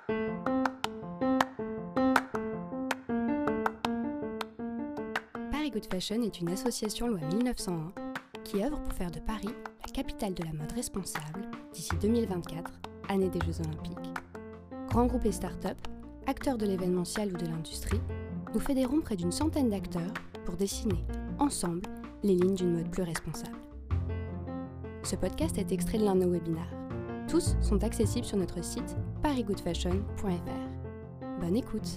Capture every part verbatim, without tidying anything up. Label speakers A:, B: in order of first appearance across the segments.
A: Paris Good Fashion est une association loi mille neuf cent un qui œuvre pour faire de Paris la capitale de la mode responsable d'ici deux mille vingt-quatre, année des Jeux Olympiques. Grands groupes et start-up, acteurs de l'événementiel ou de l'industrie, nous fédérons près d'une centaine d'acteurs pour dessiner, ensemble, les lignes d'une mode plus responsable. Ce podcast est extrait de l'un de nos webinaires. Tous sont accessibles sur notre site paris good fashion point f r. Bonne écoute!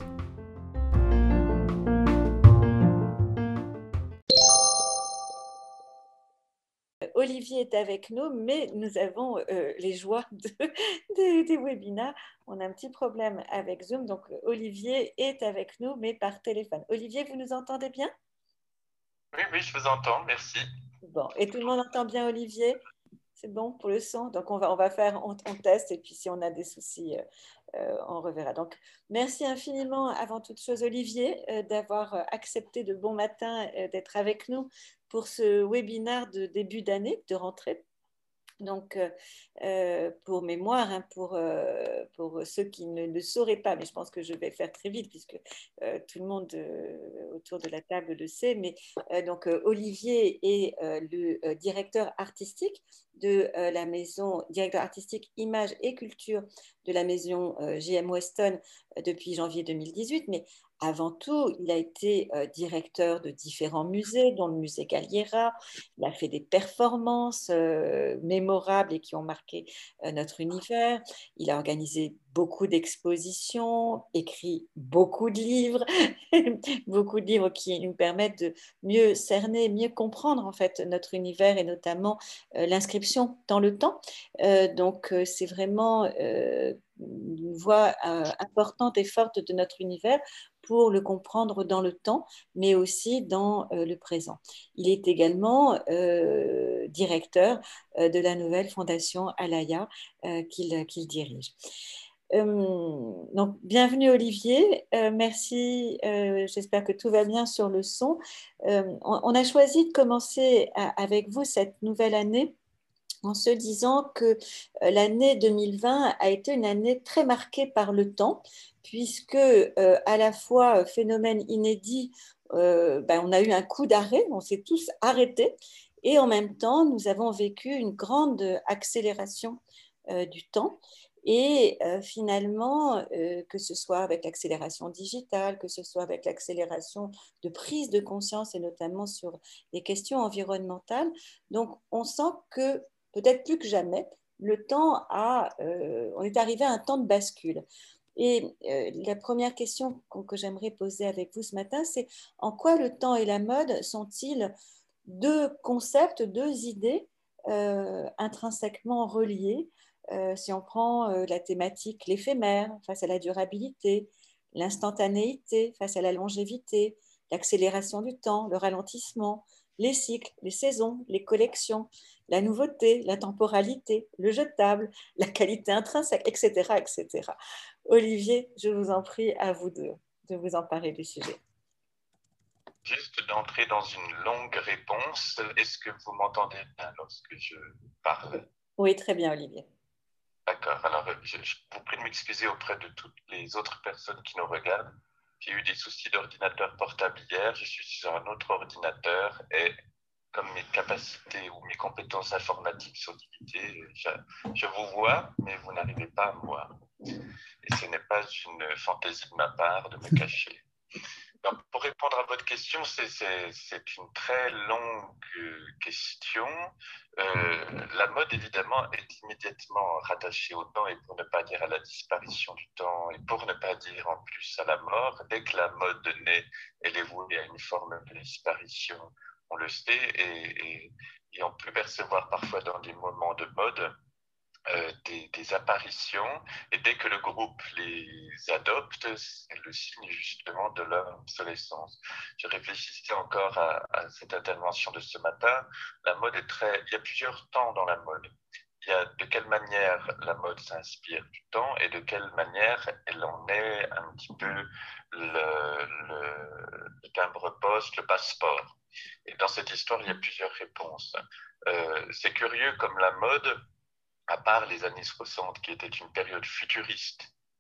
B: Olivier est avec nous, mais nous avons euh, les joies de, de, des webinaires. On a un petit problème avec Zoom, donc Olivier est avec nous, mais par téléphone. Olivier, vous nous entendez bien?
C: Oui, oui, je vous entends, merci.
B: Bon, et tout le monde entend bien Olivier? C'est bon pour le son? Donc, on va, on va faire, on, on teste, et puis si on a des soucis, euh, euh, on reverra. Donc, merci infiniment, avant toute chose, Olivier, euh, d'avoir accepté de bon matin euh, d'être avec nous pour ce webinaire de début d'année, de rentrée. Donc, euh, pour mémoire, hein, pour, euh, pour ceux qui ne le sauraient pas, mais je pense que je vais faire très vite puisque euh, tout le monde euh, autour de la table le sait, mais euh, donc euh, Olivier est euh, le euh, directeur artistique de euh, la maison, directeur artistique Images et Culture de la maison euh, J M Weston euh, depuis janvier deux mille dix-huit, mais avant tout, il a été euh, directeur de différents musées, dont le musée Galliera. Il a fait des performances euh, mémorables et qui ont marqué euh, notre univers. Il a organisé beaucoup d'expositions, écrit beaucoup de livres, beaucoup de livres qui nous permettent de mieux cerner, mieux comprendre en fait notre univers et notamment euh, l'inscription dans le temps. Euh, donc, euh, c'est vraiment euh, une voie euh, importante et forte de notre univers pour le comprendre dans le temps, mais aussi dans euh, le présent. Il est également euh, directeur euh, de la nouvelle fondation Alaya euh, qu'il qu'il dirige. Euh, donc, bienvenue Olivier, euh, merci, euh, j'espère que tout va bien sur le son. Euh, on, on a choisi de commencer à, avec vous cette nouvelle année en se disant que l'année deux mille vingt a été une année très marquée par le temps, puisque euh, à la fois phénomène inédit, euh, ben, on a eu un coup d'arrêt, on s'est tous arrêtés, et en même temps, nous avons vécu une grande accélération euh, du temps. Et euh, finalement, euh, que ce soit avec l'accélération digitale, que ce soit avec l'accélération de prise de conscience, et notamment sur les questions environnementales, donc on sent que peut-être plus que jamais, le temps a, euh, on est arrivé à un temps de bascule. Et euh, la première question que j'aimerais poser avec vous ce matin, c'est en quoi le temps et la mode sont-ils deux concepts, deux idées euh, intrinsèquement reliées? Euh, si on prend euh, la thématique l'éphémère face à la durabilité, l'instantanéité face à la longévité, l'accélération du temps, le ralentissement, les cycles, les saisons, les collections, la nouveauté, la temporalité, le jetable, la qualité intrinsèque, et cetera, et cetera. Olivier, je vous en prie, à vous de, de vous emparer du sujet.
C: Juste d'entrer dans une longue réponse, est-ce que vous m'entendez bien lorsque je parle?
B: Oui, très bien, Olivier.
C: D'accord, alors je, je vous prie de m'excuser auprès de toutes les autres personnes qui nous regardent. J'ai eu des soucis d'ordinateur portable hier, je suis sur un autre ordinateur et comme mes capacités ou mes compétences informatiques sont limitées, je, je vous vois, mais vous n'arrivez pas à me voir. Et ce n'est pas une fantaisie de ma part de me cacher. Donc, pour répondre à votre question, c'est une très longue question. Euh, la mode, évidemment, est immédiatement rattachée au temps et pour ne pas dire à la disparition du temps et pour ne pas dire en plus à la mort. Dès que la mode naît, elle est vouée à une forme de disparition, on le sait, et, et, et on peut percevoir parfois dans des moments de mode Euh, des, des apparitions, et dès que le groupe les adopte, c'est le signe justement de leur obsolescence. Je réfléchissais encore à, à cette intervention de ce matin. La mode est très... Il y a plusieurs temps dans la mode. Il y a de quelle manière la mode s'inspire du temps et de quelle manière elle en est un petit peu le, le, le timbre-poste, le passeport. Et dans cette histoire, il y a plusieurs réponses. Euh, c'est curieux comme la mode, à part les années soixante, qui était une période futuriste, qui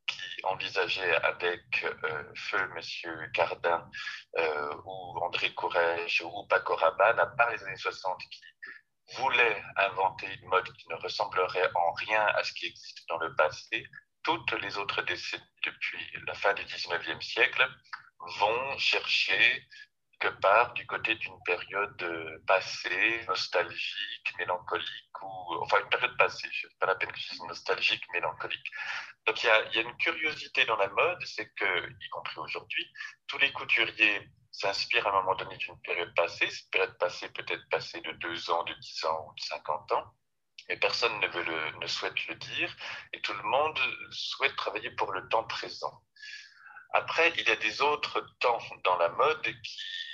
C: envisagé avec euh, feu Monsieur Cardin euh, ou André Courrèges ou Paco Rabanne, à part les années soixante, qui voulaient inventer une mode qui ne ressemblerait en rien à ce qui existe dans le passé, toutes les autres décennies depuis la fin du dix-neuvième siècle vont chercher quelque part du côté d'une période passée, nostalgique, mélancolique, ou enfin une période passée, je ne sais pas la peine que je dise nostalgique, mélancolique. Donc il y, a, il y a une curiosité dans la mode, c'est que, y compris aujourd'hui, tous les couturiers s'inspirent à un moment donné d'une période passée. Cette période passée peut être passée de deux ans, de dix ans ou de cinquante ans, mais personne ne, veut le, ne souhaite le dire, et tout le monde souhaite travailler pour le temps présent. Après, il y a des autres temps dans la mode qui,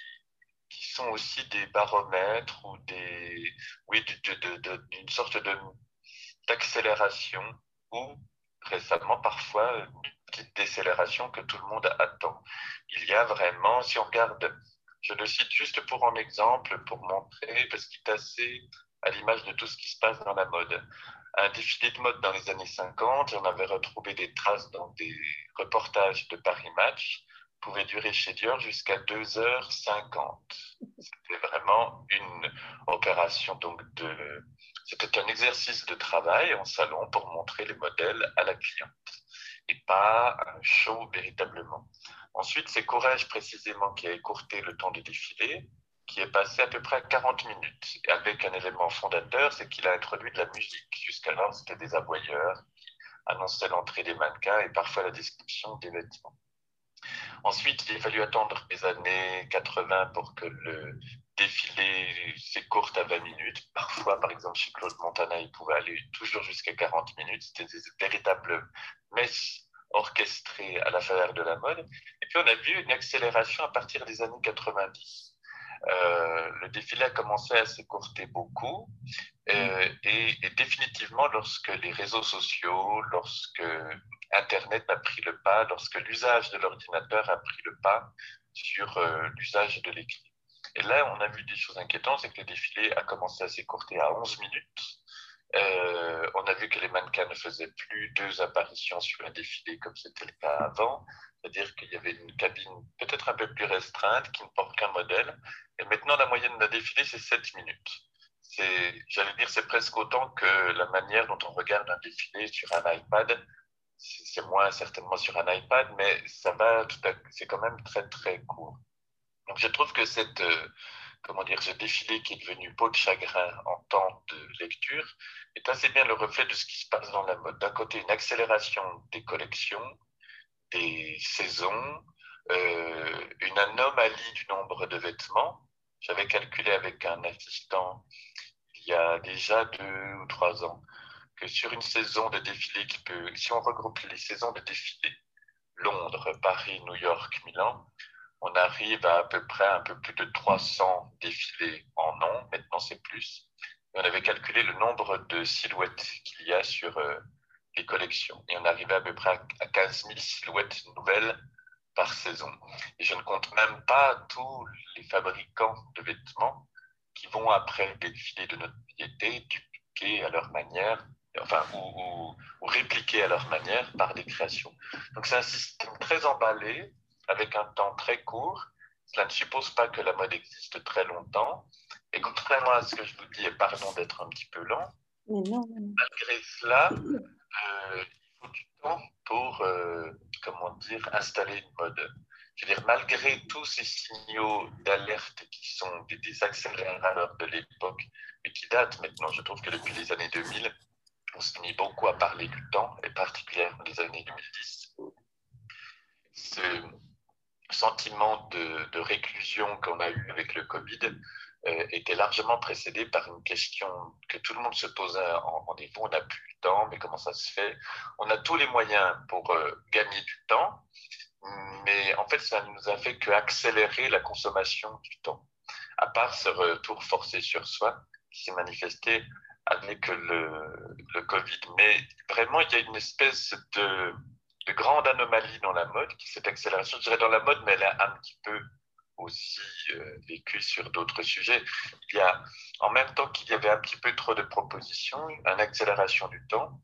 C: qui sont aussi des baromètres ou des, oui, de, de, de, d'une sorte de, d'accélération ou récemment parfois une petite décélération que tout le monde attend. Il y a vraiment, si on regarde, je le cite juste pour un exemple, pour montrer, parce qu'il est assez à l'image de tout ce qui se passe dans la mode. Un défilé de mode dans les années cinquante, on avait retrouvé des traces dans des reportages de Paris Match, pouvait durer chez Dior jusqu'à deux heures cinquante. C'était vraiment une opération, donc de... c'était un exercice de travail en salon pour montrer les modèles à la cliente et pas un show véritablement. Ensuite, c'est Courrèges précisément qui a écourté le temps de défilé, qui est passé à peu près à quarante minutes, et avec un élément fondateur, c'est qu'il a introduit de la musique. Jusqu'alors, c'était des aboyeurs qui annonçaient l'entrée des mannequins et parfois la description des vêtements. Ensuite, il a fallu attendre les années quatre-vingts pour que le défilé s'écourte à vingt minutes. Parfois, par exemple, chez Claude Montana, il pouvait aller toujours jusqu'à quarante minutes. C'était des véritables messes orchestrées à la faveur de la mode. Et puis, on a vu une accélération à partir des années quatre-vingt-dix. Euh, le défilé a commencé à s'écourter beaucoup euh, et, et définitivement lorsque les réseaux sociaux, lorsque Internet a pris le pas, lorsque l'usage de l'ordinateur a pris le pas sur euh, l'usage de l'écrit. Et là, on a vu des choses inquiétantes, c'est que le défilé a commencé à s'écourter à onze minutes. Euh, on a vu que les mannequins ne faisaient plus deux apparitions sur un défilé comme c'était le cas avant, c'est-à-dire qu'il y avait une cabine peut-être un peu plus restreinte qui ne porte qu'un modèle. Et maintenant, la moyenne d'un défilé, c'est sept minutes. C'est, j'allais dire, c'est presque autant que la manière dont on regarde un défilé sur un iPad. C'est moins certainement sur un iPad, mais ça va tout à, c'est quand même très très court. Donc je trouve que cette, euh, comment dire, ce défilé qui est devenu peau de chagrin en temps de lecture est assez bien le reflet de ce qui se passe dans la mode. D'un côté, une accélération des collections, des saisons, euh, une anomalie du nombre de vêtements. J'avais calculé avec un assistant il y a déjà deux ou trois ans que sur une saison de défilé qui peut, si on regroupe les saisons de défilé, Londres, Paris, New York, Milan, on arrive à à peu près un peu plus de trois cents défilés en an, maintenant c'est plus. Et on avait calculé le nombre de silhouettes qu'il y a sur euh, les collections. Et on arrivait à peu près à quinze mille silhouettes nouvelles par saison. Et je ne compte même pas tous les fabricants de vêtements qui vont, après les défilés de notoriété, dupliquer à leur manière, enfin, ou, ou, ou répliquer à leur manière par des créations. Donc c'est un système très emballé, avec un temps très court. Cela ne suppose pas que la mode existe très longtemps. Et contrairement à ce que je vous dis, et pardon d'être un petit peu lent,
B: Mais non, non.
C: malgré cela, euh, il faut du temps pour, euh, comment dire, installer une mode. Je veux dire, malgré tous ces signaux d'alerte qui sont des, des accélérateurs de l'époque, et qui datent maintenant, je trouve que depuis les années deux mille, on s'est mis beaucoup à parler du temps, et particulièrement les années deux mille dix. Ce sentiment de, de réclusion qu'on a eu avec le Covid euh, était largement précédé par une question que tout le monde se posait en rendez-vous. On n'a plus le temps, mais comment ça se fait? On a tous les moyens pour euh, gagner du temps, mais en fait, ça ne nous a fait qu'accélérer la consommation du temps, à part ce retour forcé sur soi qui s'est manifesté avec le, le Covid. Mais vraiment, il y a une espèce de, de grande anomalie dans la mode, qui cette accélération, je dirais dans la mode, mais elle a un petit peu aussi euh, vécu sur d'autres sujets. Il y a, en même temps qu'il y avait un petit peu trop de propositions, une accélération du temps,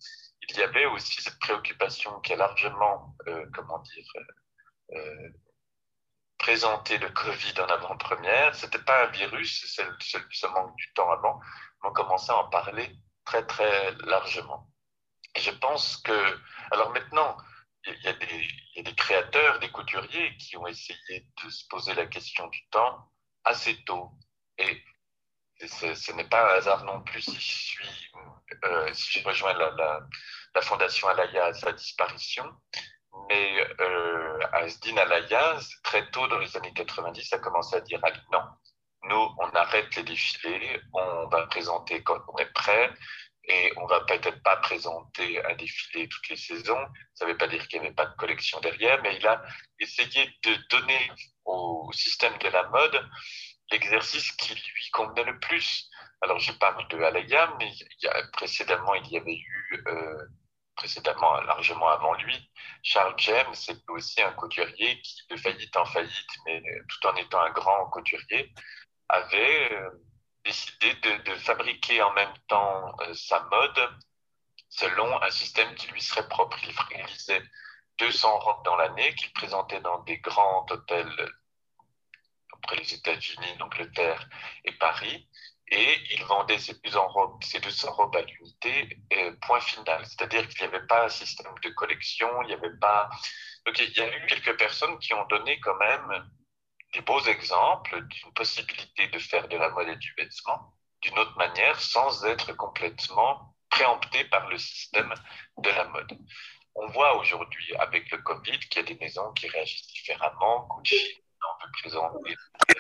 C: il y avait aussi cette préoccupation qui a largement, euh, comment dire, euh, présenté le Covid en avant-première. Ce n'était pas un virus, c'est ce manque du temps avant, mais on commençait à en parler très, très largement. Et je pense que, alors maintenant, il y, a des, il y a des créateurs, des couturiers qui ont essayé de se poser la question du temps assez tôt. Et ce n'est pas un hasard non plus si je suis, euh, si je rejoins la, la, la fondation Alaya à sa disparition. Mais euh, Asdine Alaya, très tôt dans les années quatre-vingt-dix, a commencé à dire allez, non, nous, on arrête les défilés, on va présenter quand on est prêt. Et on va peut-être pas présenter un défilé toutes les saisons. Ça ne veut pas dire qu'il n'y avait pas de collection derrière, mais il a essayé de donner au système de la mode l'exercice qui lui convenait le plus. Alors, je parle de Alaya, mais il y a, précédemment, il y avait eu, euh, précédemment, largement avant lui, Charles James, c'est aussi un couturier qui, de faillite en faillite, mais tout en étant un grand couturier, avait euh, décidé de, de fabriquer en même temps euh, sa mode selon un système qui lui serait propre. Il réalisait deux cents robes dans l'année qu'il présentait dans des grands hôtels entre les États-Unis, l'Angleterre et Paris. Et il vendait ces deux cents robes, ces deux cents robes à l'unité, euh, point final. C'est-à-dire qu'il n'y avait pas un système de collection, il n'y avait pas... Donc il y a eu quelques personnes qui ont donné quand même des beaux exemples d'une possibilité de faire de la mode et du vêtement d'une autre manière sans être complètement préempté par le système de la mode. On voit aujourd'hui avec le Covid qu'il y a des maisons qui réagissent différemment. Gucci, on peut présenter.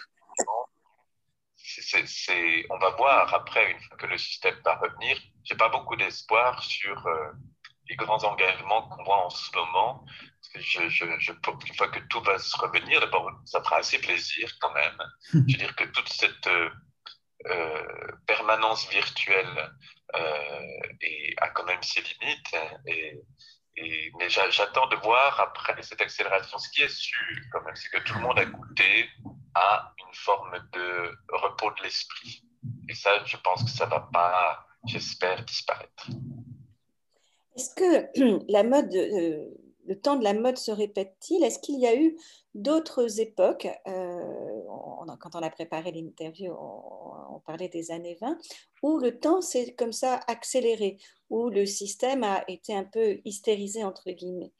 C: C'est, c'est, on va voir après, une fois que le système va revenir. J'ai pas beaucoup d'espoir sur euh, les grands engagements qu'on voit en ce moment. Je, je, je, une fois que tout va se revenir, d'abord, ça fera assez plaisir quand même. Je veux dire que toute cette euh, euh, permanence virtuelle euh, et a quand même ses limites. Et, et, mais j'attends de voir après cette accélération. Ce qui est sûr quand même, c'est que tout le monde a goûté à une forme de repos de l'esprit. Et ça, je pense que ça ne va pas, j'espère, disparaître.
B: Est-ce que la mode, euh, le temps de la mode se répète-t-il? Est-ce qu'il y a eu d'autres époques, euh, on, quand on a préparé l'interview, on, on parlait des années vingt, où le temps s'est comme ça accéléré, où le système a été un peu hystérisé, entre guillemets?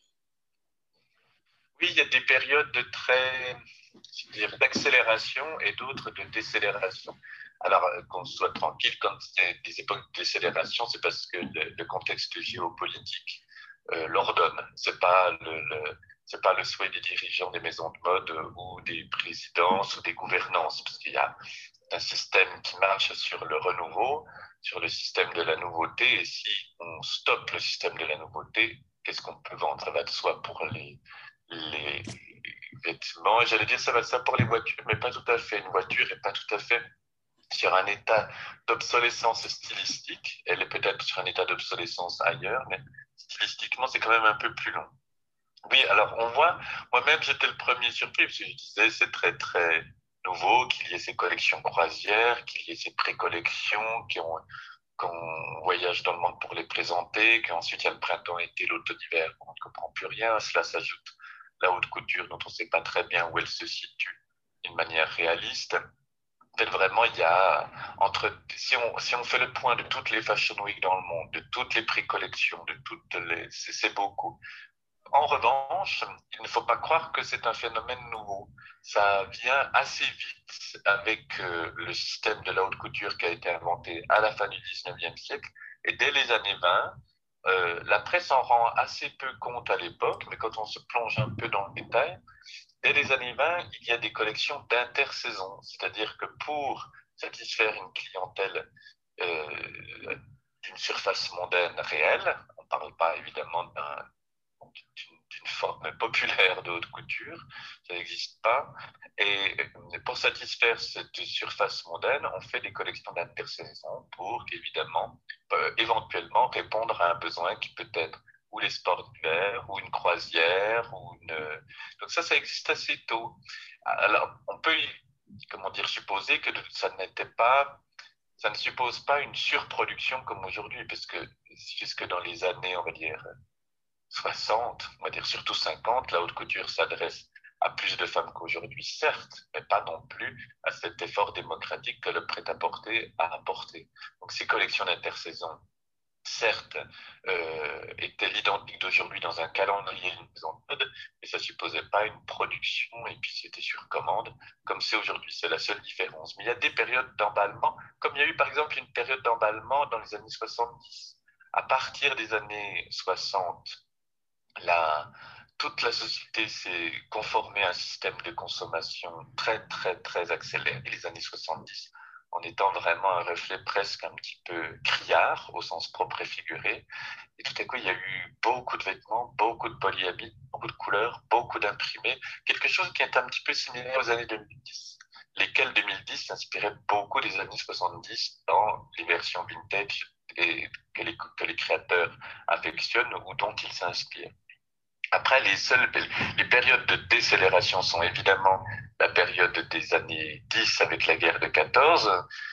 C: Oui, il y a des périodes de très, d'accélération et d'autres de décélération. Alors, qu'on soit tranquille, quand c'est des époques de décélération, c'est parce que le, le contexte géopolitique euh, l'ordonne. C'est pas le, le c'est pas le souhait des dirigeants des maisons de mode ou des présidences ou des gouvernances, parce qu'il y a un système qui marche sur le renouveau, sur le système de la nouveauté, et si on stoppe le système de la nouveauté, qu'est-ce qu'on peut vendre? Ça va de soi pour les, les vêtements. J'allais dire ça va de ça pour les voitures, mais pas tout à fait. Une voiture n'est pas tout à fait sur un état d'obsolescence stylistique. Elle est peut-être sur un état d'obsolescence ailleurs, mais stylistiquement, c'est quand même un peu plus long. Oui, alors on voit, moi-même j'étais le premier surpris, parce que je disais c'est très très nouveau qu'il y ait ces collections croisières, qu'il y ait ces pré-collections, qu'on voyage dans le monde pour les présenter, qu'ensuite il y a le printemps-été, l'automne-hiver, on ne comprend plus rien. À cela s'ajoute la haute couture dont on ne sait pas très bien où elle se situe d'une manière réaliste. En fait, vraiment, il y a entre, si on, si on fait le point de toutes les Fashion Week dans le monde, de toutes les pré-collections, de toutes les, c'est beaucoup. En revanche, il ne faut pas croire que c'est un phénomène nouveau. Ça vient assez vite avec euh, le système de la haute couture qui a été inventé à la fin du dix-neuvième siècle. Et dès les années vingt, euh, la presse en rend assez peu compte à l'époque, mais quand on se plonge un peu dans le détail, dès les années vingt, il y a des collections d'intersaison. C'est-à-dire que pour satisfaire une clientèle euh, d'une surface mondaine réelle, on ne parle pas évidemment d'un d'une forme populaire de haute couture, ça n'existe pas. Et pour satisfaire cette surface mondaine, on fait des collections d'intersaison pour, évidemment, euh, éventuellement répondre à un besoin qui peut être ou les sports d'hiver, ou une croisière, ou une... Donc ça, ça existe assez tôt. Alors, on peut, comment dire, supposer que ça n'était pas ça ne suppose pas une surproduction comme aujourd'hui, parce que jusque dans les années, on va dire, soixante, on va dire surtout cinquante, la haute couture s'adresse à plus de femmes qu'aujourd'hui, certes, mais pas non plus à cet effort démocratique que le prêt-à-porter a apporté. Donc ces collections d'intersaison, certes, euh, étaient l'identique d'aujourd'hui dans un calendrier, une mise en mode, mais ça supposait pas une production et puis c'était sur commande, comme c'est aujourd'hui. C'est la seule différence. Mais il y a des périodes d'emballement, comme il y a eu par exemple une période d'emballement dans les années soixante-dix. À partir des années soixante, la, toute la société s'est conformée à un système de consommation très, très, très accéléré. Les années soixante-dix, en étant vraiment un reflet presque un petit peu criard, au sens propre et figuré. Et tout à coup, il y a eu beaucoup de vêtements, beaucoup de polyhabits, beaucoup de couleurs, beaucoup d'imprimés, quelque chose qui est un petit peu similaire aux années deux mille dix, lesquelles deux mille dix s'inspiraient beaucoup des années soixante-dix dans les versions vintage et que, les, que les créateurs affectionnent ou dont ils s'inspirent. Après, les seules, les périodes de décélération sont évidemment la période des années dix avec la guerre de quatorze,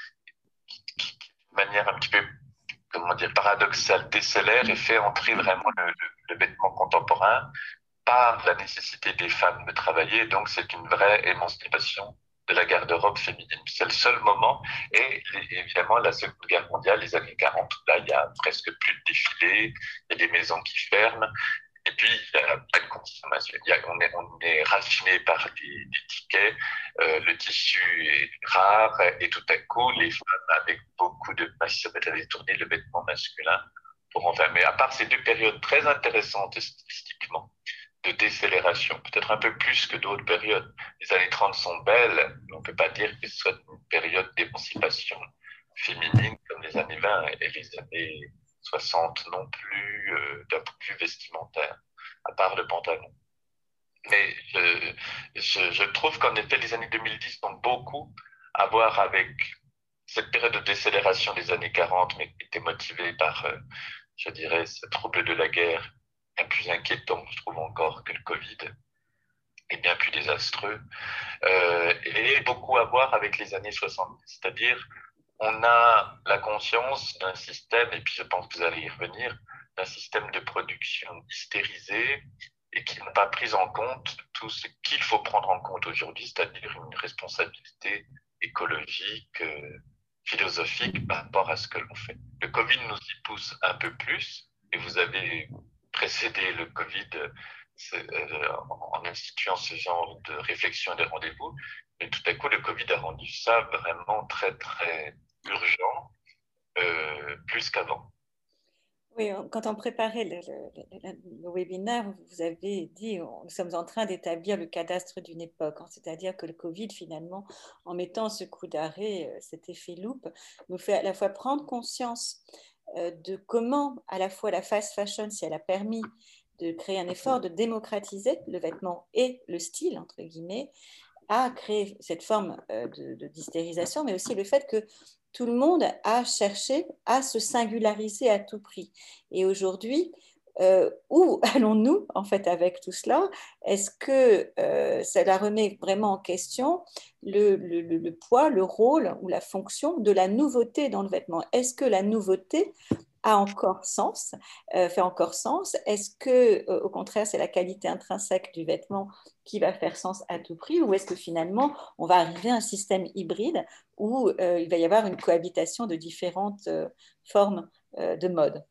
C: qui, qui de manière un petit peu, comment dire, paradoxale, décélère et fait entrer vraiment le, le, le vêtement contemporain par la nécessité des femmes de travailler. Donc, c'est une vraie émancipation de la garde-robe féminine. C'est le seul moment. Et évidemment, la Seconde Guerre mondiale, les années quarante, là, il y a presque plus de défilés, il y a des maisons qui ferment. Et puis, il n'y a pas de consommation. Il y a, on, est, on est raffiné par les, les tickets, euh, le tissu est rare, et tout à coup, les femmes, avec beaucoup de passion, se mettent à détourner le vêtement masculin pour en faire. Mais à part ces deux périodes très intéressantes stylistiquement, de décélération, peut-être un peu plus que d'autres périodes. Les années trente sont belles, mais on ne peut pas dire que ce soit une période d'émancipation féminine comme les années vingt et les années soixante non plus, euh, d'un point de vue vestimentaire, à part le pantalon. Mais je, je, je trouve qu'en effet, les années deux mille dix ont beaucoup à voir avec cette période de décélération des années quarante, mais qui était motivée par, euh, je dirais, ce trouble de la guerre, bien plus inquiétant, je trouve encore, que le Covid, et bien plus désastreux, euh, et beaucoup à voir avec les années soixante-dix, c'est-à-dire on a la conscience d'un système, et puis je pense que vous allez y revenir, d'un système de production hystérisé et qui n'a pas pris en compte tout ce qu'il faut prendre en compte aujourd'hui, c'est-à-dire une responsabilité écologique, euh, philosophique par rapport à ce que l'on fait. Le Covid nous y pousse un peu plus, et vous avez précédé le Covid euh, en instituant ce genre de réflexion et de rendez-vous, mais tout à coup, le Covid a rendu ça vraiment très, très urgent, euh, plus qu'avant.
B: Oui, quand on préparait le, le, le, le webinaire, vous avez dit nous sommes en train d'établir le cadastre d'une époque, c'est-à-dire que le Covid, finalement, en mettant ce coup d'arrêt, cet effet loupe, nous fait à la fois prendre conscience de comment, à la fois la fast fashion, si elle a permis de créer un effort de démocratiser le vêtement et le style, entre guillemets, a créé cette forme de, de d'hystérisation, mais aussi le fait que tout le monde a cherché à se singulariser à tout prix. Et aujourd'hui, euh, où allons-nous en fait avec tout cela? Est-ce que euh, cela remet vraiment en question le, le, le poids, le rôle ou la fonction de la nouveauté dans le vêtement? Est-ce que la nouveauté a encore sens, euh, fait encore sens? Est-ce que, euh, au contraire, c'est la qualité intrinsèque du vêtement qui va faire sens à tout prix, ou est-ce que finalement, on va arriver à un système hybride où euh, il va y avoir une cohabitation de différentes euh, formes euh, de mode?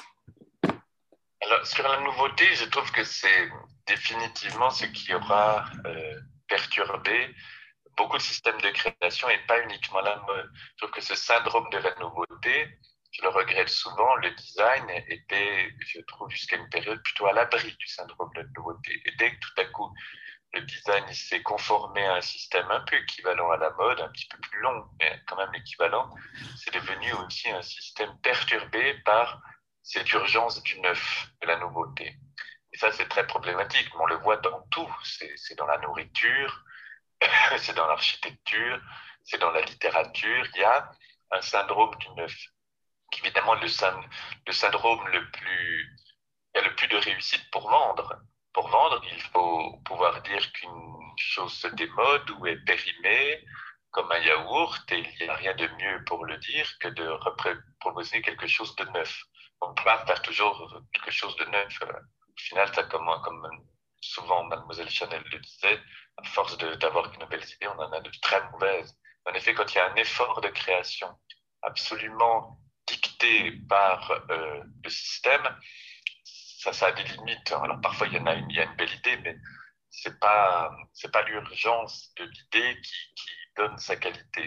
C: Alors, sur la nouveauté, je trouve que c'est définitivement ce qui aura euh, perturbé beaucoup de systèmes de création et pas uniquement la mode. Je trouve que ce syndrome de la nouveauté, je le regrette souvent, le design était, je trouve, jusqu'à une période plutôt à l'abri du syndrome de la nouveauté. Et dès que tout à coup, le design s'est conformé à un système un peu équivalent à la mode, un petit peu plus long, mais quand même équivalent, c'est devenu aussi un système perturbé par cette urgence du neuf, de la nouveauté. Et ça, c'est très problématique, mais on le voit dans tout. C'est, c'est dans la nourriture, c'est dans l'architecture, c'est dans la littérature. Il y a un syndrome du neuf. Évidemment, le, le syndrome le plus, il y a le plus de réussite pour vendre. Pour vendre, il faut pouvoir dire qu'une chose se démode ou est périmée comme un yaourt, et il n'y a rien de mieux pour le dire que de proposer quelque chose de neuf. On ne peut pas faire toujours quelque chose de neuf. Au final, ça commence, comme souvent Mademoiselle Chanel le disait, à force d'avoir de nouvelles idées, on en a de très mauvaises. En effet, quand il y a un effort de création absolument dicté par euh, le système, ça, ça a des limites. Alors parfois, il y en a une, il y a une belle idée, mais c'est pas, c'est pas l'urgence de l'idée qui, qui donne sa qualité.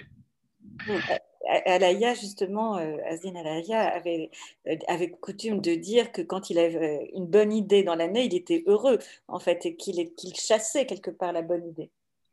B: Alaya, justement, euh, Asdin Alaya avait, euh, avait coutume de dire que quand il avait une bonne idée dans l'année, il était heureux, en fait, et qu'il qu'il chassait quelque part la bonne idée.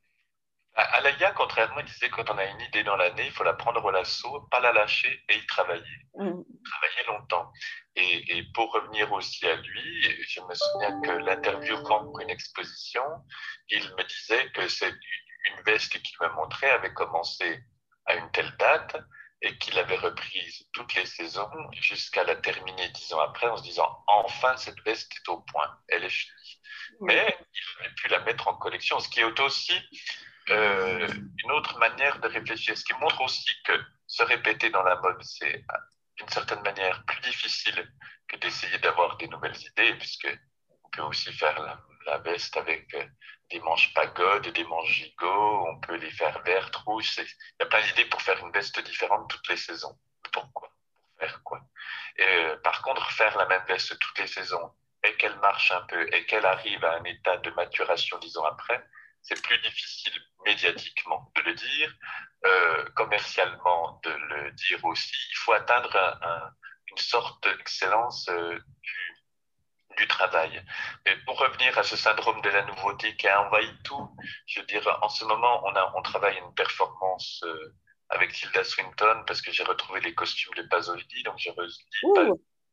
C: Alaya, contrairement, il disait que quand on a une idée dans l'année, il faut la prendre au lasso, pas la lâcher et y travailler. Mmh. Travailler longtemps. Et, et pour revenir aussi à lui, je me souviens que l'interviewant pour une exposition, il me disait que c'est une veste qu'il m'a montrée avait commencé à une telle date et qu'il avait reprise toutes les saisons jusqu'à la terminer dix ans après en se disant enfin cette veste est au point, elle est finie. Mmh. Mais il aurait pu la mettre en collection, ce qui est aussi Euh, une autre manière de réfléchir, ce qui montre aussi que se répéter dans la mode, c'est d'une certaine manière plus difficile que d'essayer d'avoir des nouvelles idées, puisque on peut aussi faire la, la veste avec des manches pagodes, des manches gigots, on peut les faire vertes, rouges. Il y a plein d'idées pour faire une veste différente toutes les saisons. Pourquoi? Pour faire quoi? Et, euh, par contre, faire la même veste toutes les saisons et qu'elle marche un peu et qu'elle arrive à un état de maturation dix ans après, c'est plus difficile médiatiquement de le dire, euh, commercialement de le dire aussi. Il faut atteindre un, un, une sorte d'excellence euh, du, du travail. Mais pour revenir à ce syndrome de la nouveauté qui a envahi tout, je veux dire, en ce moment, on, a, on travaille une performance euh, avec Tilda Swinton parce que j'ai retrouvé les costumes de Pasolini, donc je relis pas.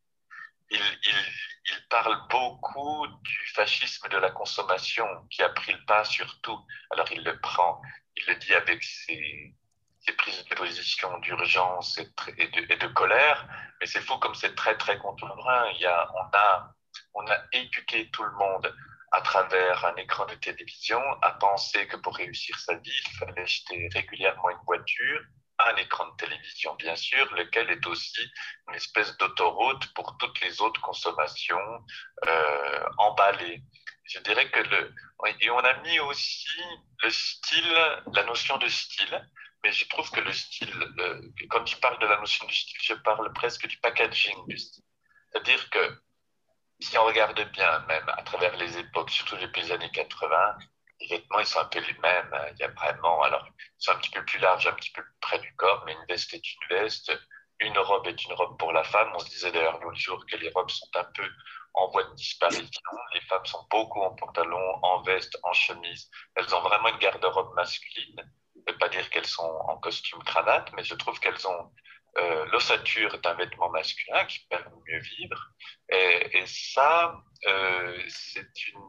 C: Il, il, il parle beaucoup du fascisme de la consommation qui a pris le pas sur tout. Alors il le prend, il le dit avec ses, ses prises de position d'urgence et, et, de, et de colère, mais c'est fou comme c'est très très contemporain. Il y a, on, a, on a éduqué tout le monde à travers un écran de télévision à penser que pour réussir sa vie, il fallait acheter régulièrement une voiture, un écran de télévision, bien sûr, lequel est aussi une espèce d'autoroute pour toutes les autres consommations euh, emballées. Je dirais que le... Et on a mis aussi le style, la notion de style, mais je trouve que le style, le... quand je parle de la notion du style, je parle presque du packaging du style. C'est-à-dire que si on regarde bien, même à travers les époques, surtout depuis les années quatre-vingts, les vêtements, ils sont un peu les mêmes. Il y a vraiment, alors, ils sont un petit peu plus larges, un petit peu plus près du corps, mais une veste est une veste, une robe est une robe pour la femme. On se disait d'ailleurs l'autre jour que les robes sont un peu en voie de disparition. Les femmes sont beaucoup en pantalon, en veste, en chemise. Elles ont vraiment une garde-robe masculine. Je ne veux pas dire qu'elles sont en costume cravate, mais je trouve qu'elles ont euh, l'ossature d'un vêtement masculin qui permet de mieux vivre. Et, et ça, euh, c'est une...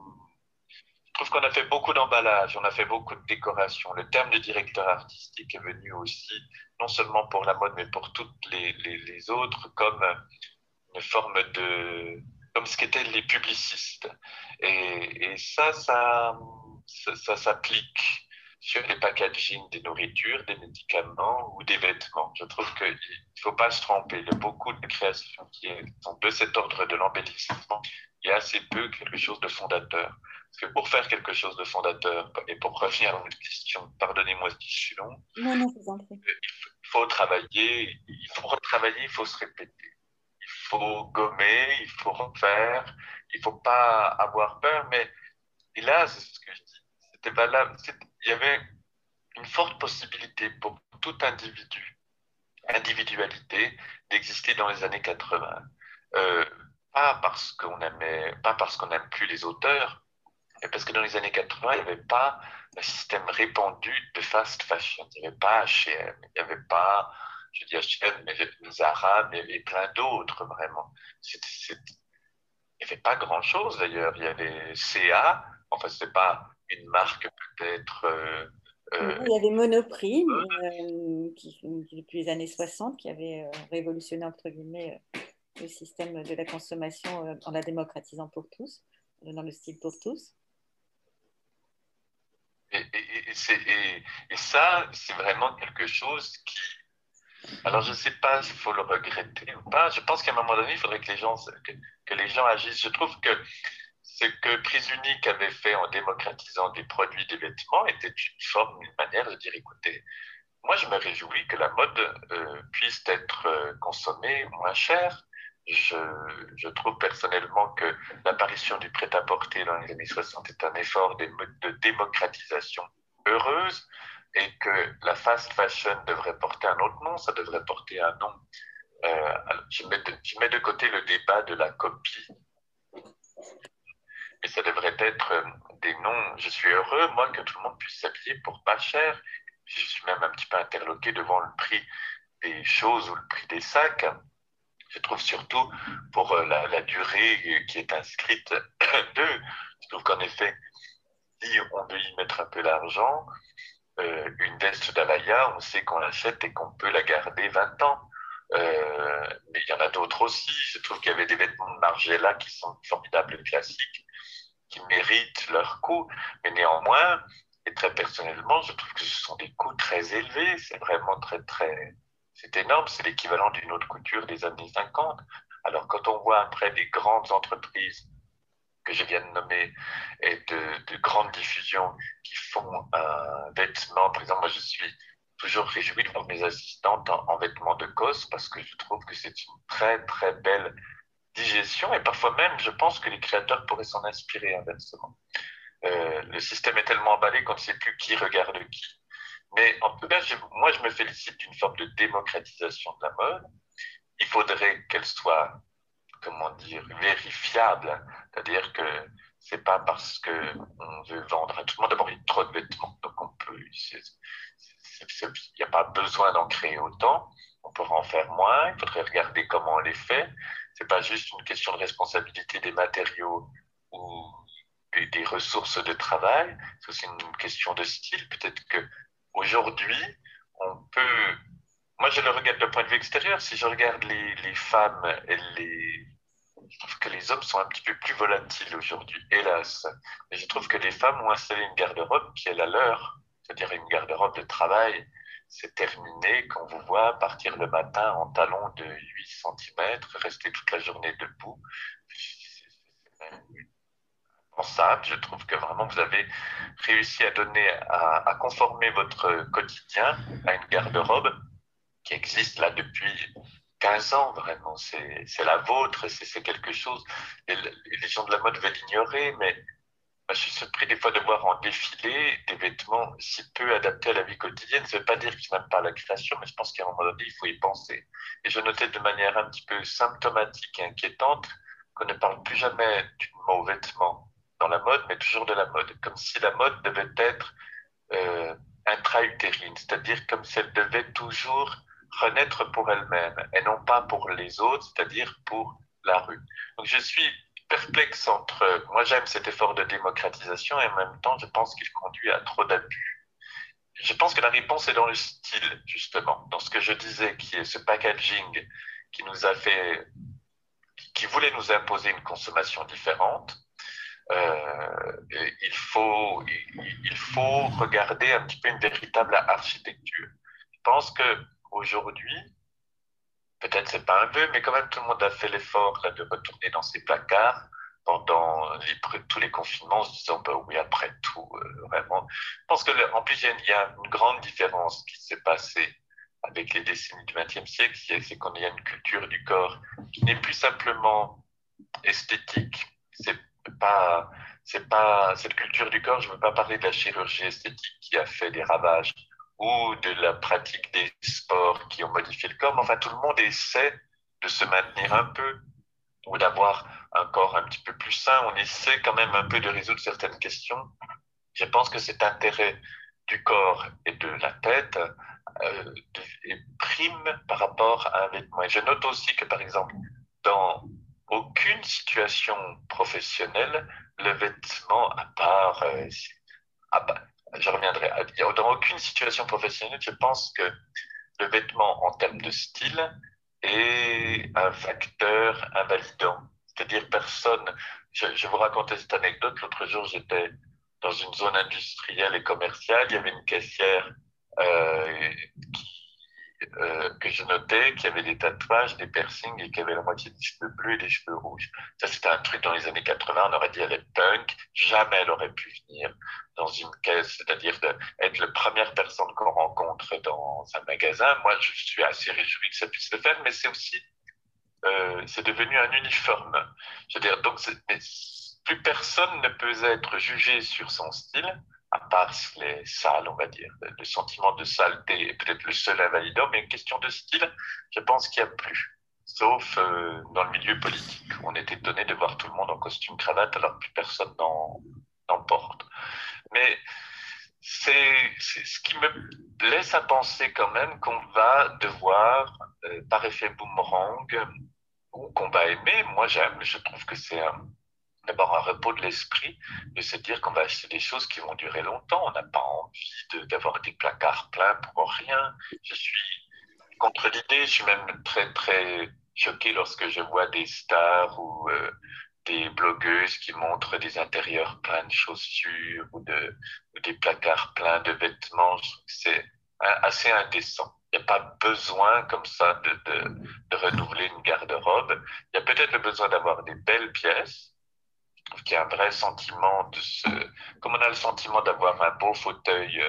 C: Je trouve qu'on a fait beaucoup d'emballage, on a fait beaucoup de décoration. Le terme de directeur artistique est venu aussi, non seulement pour la mode, mais pour toutes les, les, les autres, comme une forme de... comme ce qu'étaient les publicistes. Et, et ça, ça, ça, ça s'applique sur les packaging des nourritures, des médicaments ou des vêtements. Je trouve qu'il ne faut pas se tromper. Il y a beaucoup de créations qui sont de cet ordre de l'embellissement. Il y a assez peu quelque chose de fondateur. Parce que pour faire quelque chose de fondateur, et pour revenir à votre question, pardonnez-moi si je suis long,
B: non, non, vous en faites.
C: Il faut travailler, il faut retravailler, il faut se répéter. Il faut gommer, il faut refaire, il ne faut pas avoir peur, mais et là, c'est ce que je dis, c'était valable. Il y avait une forte possibilité pour tout individu, individualité, d'exister dans les années quatre-vingts. Euh, pas parce qu'on aimait, pas parce qu'on n'aime plus les auteurs, mais parce que dans les années quatre-vingts, il n'y avait pas un système répandu de fast fashion. Il n'y avait pas H et M, il n'y avait pas, je dis H et M, mais Zara, mais il y avait plein d'autres, vraiment. C'était, c'était... Il n'y avait pas grand-chose, d'ailleurs. Il y avait C A, enfin, ce n'est pas une marque peut-être... Euh,
B: euh... Il y avait Monoprix, euh, qui, depuis les années soixante, qui avait euh, révolutionné, entre guillemets, euh, le système de la consommation euh, en la démocratisant pour tous, dans le style pour tous.
C: Et, et, et, et, et ça, c'est vraiment quelque chose qui... Alors, je ne sais pas s'il faut le regretter ou pas. Je pense qu'à un moment donné, il faudrait que les gens, que, que les gens agissent. Je trouve que ce que Prise Unique avait fait en démocratisant des produits, des vêtements, était une forme, une manière de dire, écoutez, moi, je me réjouis que la mode euh, puisse être euh, consommée moins cher. Je, je trouve personnellement que l'apparition du prêt-à-porter dans les années soixante est un effort de, de démocratisation heureuse et que la fast fashion devrait porter un autre nom, ça devrait porter un nom. Euh, alors, je, mets de, je mets de côté le débat de la copie, mais ça devrait être euh, des noms. Je suis heureux, moi, que tout le monde puisse s'habiller pour pas cher. Je suis même un petit peu interloqué devant le prix des choses ou le prix des sacs. Je trouve surtout pour la, la durée qui est inscrite d'eux. Je trouve qu'en effet, si on veut y mettre un peu d'argent, euh, une veste d'Alaïa, on sait qu'on l'achète et qu'on peut la garder vingt ans. Euh, mais il y en a d'autres aussi. Je trouve qu'il y avait des vêtements de Margiela qui sont formidables classiques, qui méritent leur coût. Mais néanmoins, et très personnellement, je trouve que ce sont des coûts très élevés. C'est vraiment très, très... C'est énorme. C'est l'équivalent d'une haute couture des années cinquante. Alors, quand on voit après des grandes entreprises que je viens de nommer et de, de grandes diffusions qui font un vêtement, par exemple, moi, je suis toujours réjoui de voir mes assistantes en, en vêtements de gosse parce que je trouve que c'est une très, très belle digestion et parfois même, je pense que les créateurs pourraient s'en inspirer inversement. Euh, le système est tellement emballé qu'on ne sait plus qui regarde qui. Mais en tout cas, je, moi, je me félicite d'une forme de démocratisation de la mode. Il faudrait qu'elle soit, comment dire, vérifiable. C'est-à-dire que c'est pas parce qu'on veut vendre à tout le monde. D'abord, il y a trop de vêtements, donc on peut. Il n'y a pas besoin d'en créer autant. On pourra en faire moins. Il faudrait regarder comment on les fait. C'est pas juste une question de responsabilité des matériaux ou des, des ressources de travail. C'est aussi une question de style. Peut-être que aujourd'hui, on peut. Moi, je le regarde d'un point de vue extérieur. Si je regarde les, les femmes et les. Je trouve que les hommes sont un petit peu plus volatiles aujourd'hui, hélas. Mais je trouve que les femmes ont installé une garde-robe qui est la leur, c'est-à-dire une garde-robe de travail. C'est terminé quand vous voit partir le matin en talons de huit centimètres, rester toute la journée debout. C'est même impensable. Je trouve que vraiment vous avez réussi à donner, à, à conformer votre quotidien à une garde-robe qui existe là depuis quinze ans, vraiment. C'est, c'est la vôtre, c'est, c'est quelque chose. Et les gens de la mode veulent l'ignorer, mais moi, je suis surpris des fois de voir en défilé des vêtements si peu adaptés à la vie quotidienne. Ça ne veut pas dire qu'ils n'aiment pas la création, mais je pense qu'à un moment donné, il faut y penser. Et je notais de manière un petit peu symptomatique et inquiétante qu'on ne parle plus jamais du mot vêtement dans la mode, mais toujours de la mode, comme si la mode devait être euh, intra-utérine, c'est-à-dire comme si elle devait toujours renaître pour elle-même et non pas pour les autres, c'est-à-dire pour la rue. Donc je suis perplexe entre, moi j'aime cet effort de démocratisation et en même temps je pense qu'il conduit à trop d'abus. Je pense que la réponse est dans le style, justement, dans ce que je disais, qui est ce packaging qui nous a fait, qui voulait nous imposer une consommation différente. Euh, il faut, il, il faut regarder un petit peu une véritable architecture. Je pense que aujourd'hui, peut-être c'est pas un vœu, mais quand même tout le monde a fait l'effort là, de retourner dans ses placards pendant les, tous les confinements, en se disant bah oui, après tout, euh, vraiment. Je pense que en plus il y a une grande différence qui s'est passée avec les décennies du vingtième siècle, c'est qu'on y a une culture du corps qui n'est plus simplement esthétique. C'est pas, c'est pas cette culture du corps. Je ne veux pas parler de la chirurgie esthétique qui a fait des ravages ou de la pratique des sports qui ont modifié le corps. Mais enfin, tout le monde essaie de se maintenir un peu ou d'avoir un corps un petit peu plus sain. On essaie quand même un peu de résoudre certaines questions. Je pense que cet intérêt du corps et de la tête euh, prime par rapport à un vêtement. Et je note aussi que, par exemple, dans aucune situation professionnelle, le vêtement, à part, euh, à part je reviendrai, à dire, dans aucune situation professionnelle, je pense que le vêtement en termes de style est un facteur invalidant. C'est-à-dire personne, je, je vous racontais cette anecdote, l'autre jour j'étais dans une zone industrielle et commerciale, il y avait une caissière euh, qui, euh, que je notais, qui avait des tatouages, des piercings et qui avait la moitié des cheveux bleus et des cheveux rouges. Ça, c'était un truc dans les années quatre-vingts, on aurait dit elle est punk, jamais elle aurait pu venir dans une caisse, c'est-à-dire de, être la première personne qu'on rencontre dans un magasin. Moi, je suis assez réjoui que ça puisse le faire, mais c'est aussi, euh, c'est devenu un uniforme. Je veux dire, donc, plus personne ne peut être jugé sur son style, à part les sales, on va dire. Le sentiment de saleté est peut-être le seul invalidant, mais une question de style, je pense qu'il n'y a plus. Sauf euh, dans le milieu politique, où on est étonné de voir tout le monde en costume cravate, alors que plus personne n'en porte. Mais c'est ce qui me laisse à penser quand même qu'on va devoir, euh, par effet boomerang, ou qu'on va aimer, moi j'aime, je trouve que c'est un d'abord un repos de l'esprit, de se dire qu'on va acheter des choses qui vont durer longtemps. On n'a pas envie d'avoir des placards pleins pour rien. Je suis contre l'idée, je suis même très, très choqué lorsque je vois des stars ou euh, des blogueuses qui montrent des intérieurs pleins de chaussures ou, de, ou des placards pleins de vêtements. Je trouve que c'est assez indécent. Il n'y a pas besoin comme ça de, de, de renouveler une garde-robe. Il y a peut-être le besoin d'avoir des belles pièces, qu'il y a un vrai sentiment de ce, comme on a le sentiment d'avoir un beau fauteuil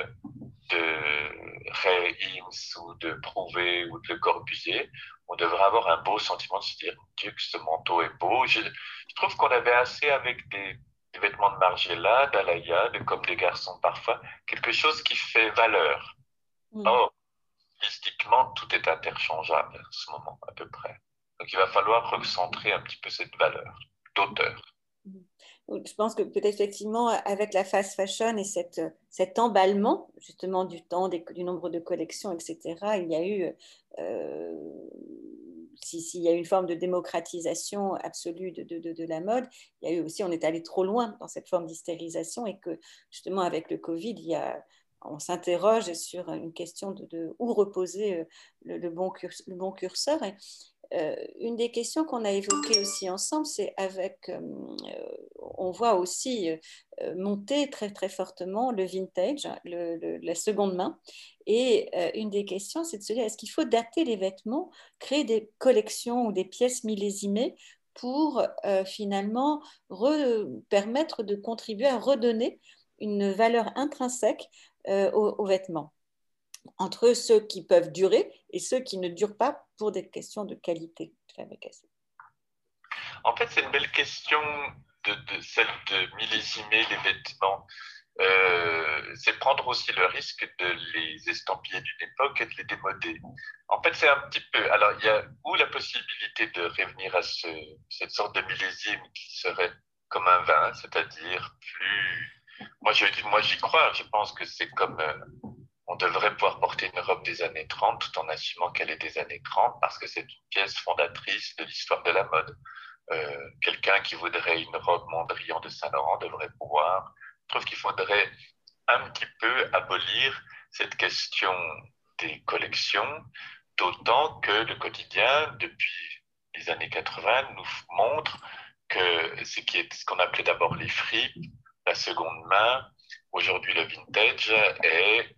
C: de Ray Eames ou de Prouvé ou de Le Corbusier, on devrait avoir un beau sentiment de se dire, Dieu, que ce manteau est beau. Je, je trouve qu'on avait assez avec des, des vêtements de Margiela, d'Alaya, de Comme des garçons parfois, quelque chose qui fait valeur. Mmh. Or, stylistiquement, tout est interchangeable à ce moment, à peu près. Donc, il va falloir recentrer un petit peu cette valeur d'auteur.
B: Je pense que peut-être effectivement avec la fast fashion et cette, cet emballement justement du temps, des, du nombre de collections, et cetera, il y a eu, euh, si, si, il y a eu une forme de démocratisation absolue de, de, de, de la mode, il y a eu aussi, on est allé trop loin dans cette forme d'hystérisation et que justement avec le Covid, il y a, on s'interroge sur une question de, de où reposer le, le, bon, curseur, le bon curseur. Et, Euh, une des questions qu'on a évoquées aussi ensemble, c'est avec, euh, on voit aussi euh, monter très très fortement le vintage, le, le, la seconde main. Et euh, une des questions, c'est de se dire, est-ce qu'il faut dater les vêtements, créer des collections ou des pièces millésimées pour euh, finalement re, permettre de contribuer à redonner une valeur intrinsèque euh, aux, aux vêtements, entre ceux qui peuvent durer et ceux qui ne durent pas pour des questions de qualité de fabrication.
C: En fait, c'est une belle question, de, de celle de millésimer les vêtements. Euh, c'est prendre aussi le risque de les estampiller d'une époque et de les démoder. En fait, c'est un petit peu... Alors, il y a ou la possibilité de revenir à ce, cette sorte de millésime qui serait comme un vin, c'est-à-dire plus... Moi, je, moi, j'y crois. Je pense que c'est comme... Euh, on devrait pouvoir porter une robe des années trente tout en assumant qu'elle est des années trente parce que c'est une pièce fondatrice de l'histoire de la mode. Euh, quelqu'un qui voudrait une robe Mondrian de Saint-Laurent devrait pouvoir. Je trouve qu'il faudrait un petit peu abolir cette question des collections, d'autant que le quotidien, depuis les années quatre-vingts, nous montre que ce qui est ce qu'on appelait d'abord les fripes, la seconde main, aujourd'hui le vintage, est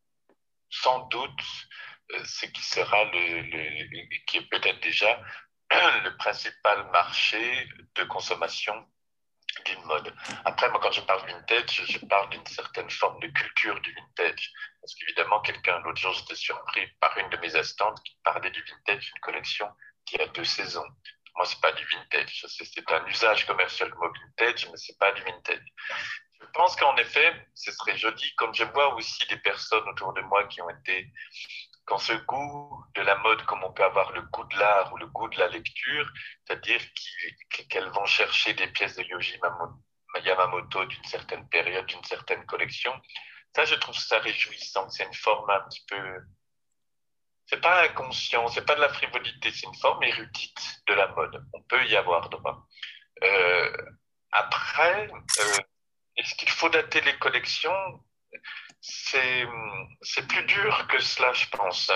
C: sans doute ce qui sera le, le qui est peut-être déjà le principal marché de consommation d'une mode. Après, moi, quand je parle vintage, je parle d'une certaine forme de culture du vintage. Parce qu'évidemment, quelqu'un, l'autre jour, j'étais surpris par une de mes assistantes qui parlait du vintage, une collection qui a deux saisons. Moi, c'est pas du vintage. C'est un usage commercial du mot vintage, mais c'est pas du vintage. Je pense qu'en effet, ce serait joli, comme je vois aussi des personnes autour de moi qui ont été, quand ce goût de la mode, comme on peut avoir le goût de l'art ou le goût de la lecture, c'est-à-dire qu'elles vont chercher des pièces de Yohji Yamamoto d'une certaine période, d'une certaine collection. Ça, je trouve ça réjouissant. C'est une forme un petit peu... C'est pas inconscient, c'est pas de la frivolité, c'est une forme érudite de la mode. On peut y avoir droit. Euh, après... Euh, Est-ce qu'il faut dater les collections? C'est, c'est plus dur que cela, je pense.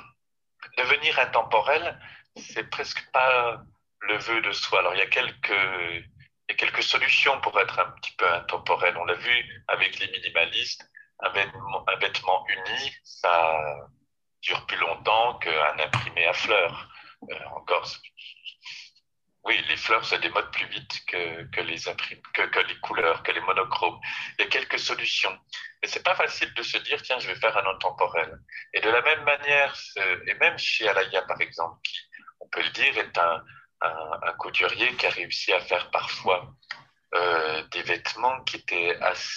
C: Devenir intemporel, c'est presque pas le vœu de soi. Alors, il y a quelques, il y a quelques solutions pour être un petit peu intemporel. On l'a vu avec les minimalistes, un vêtement, un vêtement uni, ça dure plus longtemps qu'un imprimé à fleurs. Euh, encore, oui, les fleurs se démodent plus vite que, que, les imprim- que, que les couleurs, que les monochromes. Il y a quelques solutions. Mais c'est pas facile de se dire, tiens, je vais faire un intemporel. Et de la même manière, et même chez Alaya, par exemple, qui, on peut le dire, est un, un, un couturier qui a réussi à faire parfois euh, des vêtements qui étaient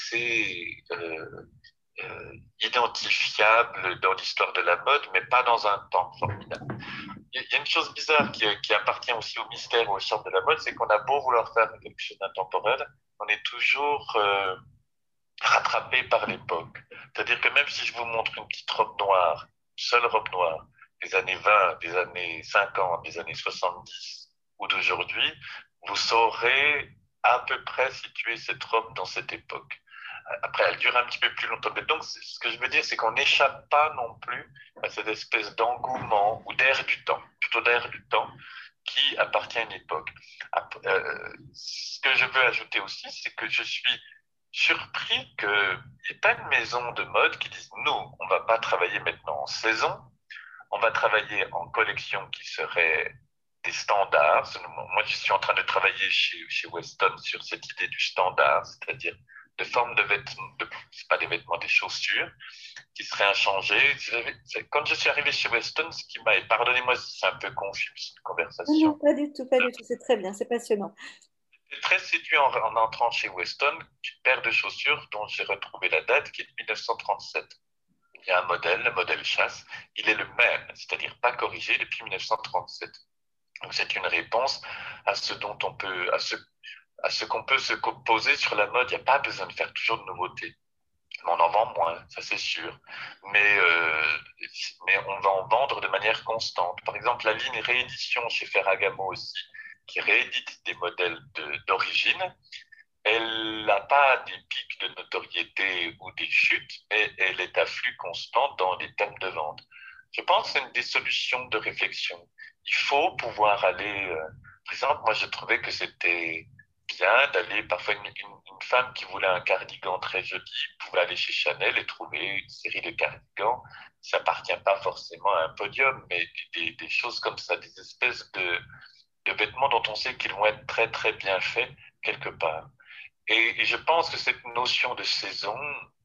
C: assez euh, euh, identifiables dans l'histoire de la mode, mais pas dans un temps formidable. Il y a une chose bizarre qui, qui appartient aussi au mystère, au charme de la mode, c'est qu'on a beau vouloir faire quelque chose d'intemporel, on est toujours euh, rattrapé par l'époque. C'est-à-dire que même si je vous montre une petite robe noire, une seule robe noire, des années vingt, des années cinquante, des années soixante-dix ou d'aujourd'hui, vous saurez à peu près situer cette robe dans cette époque. Après, elle dure un petit peu plus longtemps. Mais donc, ce que je veux dire, c'est qu'on n'échappe pas non plus à cette espèce d'engouement ou d'air du temps, plutôt d'air du temps, qui appartient à une époque. Euh, ce que je veux ajouter aussi, c'est que je suis surpris qu'il n'y ait pas une maison de mode qui dise, nous, on ne va pas travailler maintenant en saison, on va travailler en collection qui serait des standards. Moi, je suis en train de travailler chez, chez Weston sur cette idée du standard, c'est-à-dire de forme de vêtements, de, c'est pas des vêtements, des chaussures, qui seraient inchangées. Quand je suis arrivé chez Weston, ce qui m'a, et pardonnez-moi si c'est un peu confus, cette
B: Non,
C: conversation.
B: non, pas du tout, pas du tout, c'est très bien, c'est passionnant.
C: J'étais très séduit en, en entrant chez Weston, une paire de chaussures dont j'ai retrouvé la date, qui est de mille neuf cent trente-sept. Il y a un modèle, le modèle chasse, il est le même, c'est-à-dire pas corrigé depuis mille neuf cent trente-sept. Donc c'est une réponse à ce dont on peut, à ce, à ce qu'on peut se poser sur la mode. Il n'y a pas besoin de faire toujours de nouveautés. On en vend moins, ça c'est sûr. Mais, euh, mais on va en vendre de manière constante. Par exemple, la ligne réédition chez Ferragamo aussi, qui réédite des modèles de, d'origine, elle n'a pas des pics de notoriété ou des chutes, mais elle est à flux constant dans les thèmes de vente. Je pense que c'est une des solutions de réflexion. Il faut pouvoir aller, euh, par exemple, moi je trouvais que c'était bien d'aller, parfois une, une, une femme qui voulait un cardigan très joli pouvait aller chez Chanel et trouver une série de cardigans. Ça appartient pas forcément à un podium, mais des, des choses comme ça, des espèces de, de vêtements dont on sait qu'ils vont être très très bien faits quelque part. Et, et je pense que cette notion de saison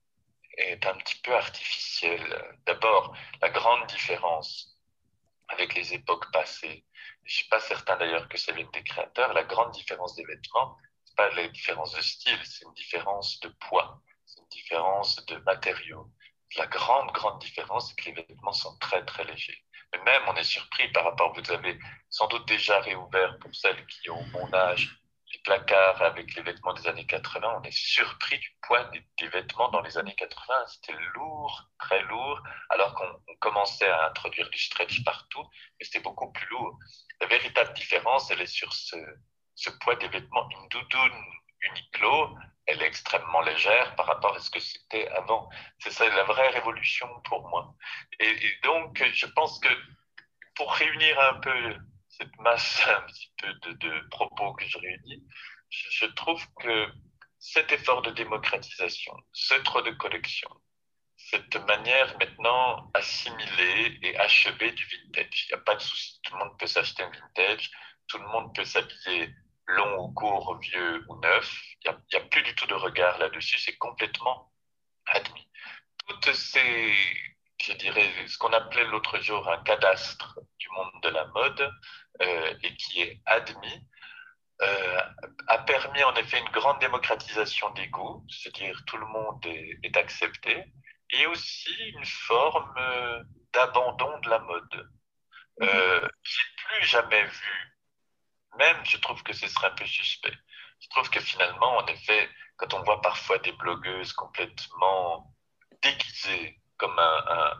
C: est un petit peu artificielle. D'abord, la grande différence avec les époques passées, je ne suis pas certain d'ailleurs que ça vienne des créateurs, la grande différence des vêtements, ce n'est pas la différence de style, c'est une différence de poids, c'est une différence de matériaux. La grande, grande différence, c'est que les vêtements sont très, très légers. Mais même, on est surpris par rapport, vous avez sans doute déjà réouvert pour celles qui ont mon âge, les placards avec les vêtements des années quatre-vingts, on est surpris du poids des, des vêtements dans les années quatre-vingts. C'était lourd, très lourd, alors qu'on commençait à introduire du stretch partout, mais c'était beaucoup plus lourd. La véritable différence, elle est sur ce, ce poids des vêtements. Une doudoune Uniqlo, elle est extrêmement légère par rapport à ce que c'était avant. C'est ça la vraie révolution pour moi. Et, et donc, je pense que pour réunir un peu cette masse un petit peu de, de propos que je réunis, je, je trouve que cet effort de démocratisation, ce trop de collection, cette manière maintenant assimilée et achevée du vintage. Il n'y a pas de souci, tout le monde peut s'acheter un vintage, tout le monde peut s'habiller long ou court, vieux ou neuf. Il n'y a, il y a plus du tout de regard là-dessus, c'est complètement admis. Toutes ces, je dirais, ce qu'on appelait l'autre jour un cadastre du monde de la mode, euh, et qui est admis, euh, a permis en effet une grande démocratisation des goûts, c'est-à-dire tout le monde est, est accepté, et aussi une forme euh, d'abandon de la mode. Euh, j'ai plus jamais vu, même je trouve que ce serait un peu suspect. Je trouve que finalement, en effet, quand on voit parfois des blogueuses complètement déguisées, comme un, un,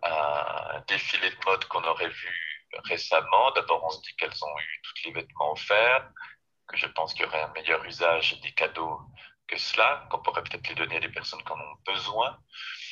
C: un défilé de mode qu'on aurait vu récemment, d'abord on se dit qu'elles ont eu tous les vêtements offerts, que je pense qu'il y aurait un meilleur usage des cadeaux que cela, qu'on pourrait peut-être les donner à des personnes qui en ont besoin.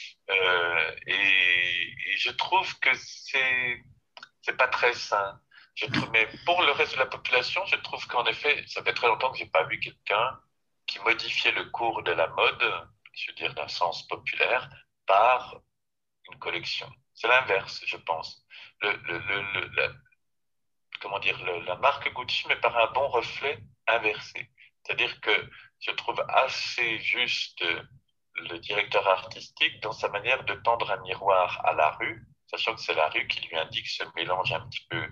C: Euh, et, et je trouve que c'est c'est pas très sain. Je trouve, mais pour le reste de la population, je trouve qu'en effet, ça fait très longtemps que je n'ai pas vu quelqu'un qui modifiait le cours de la mode, je veux dire d'un sens populaire, par une collection. C'est l'inverse, je pense. Le, le, le, le, la, comment dire, le, la marque Gucci me paraît un bon reflet inversé. C'est-à-dire que je trouve assez juste le directeur artistique dans sa manière de tendre un miroir à la rue, sachant que c'est la rue qui lui indique ce mélange un petit peu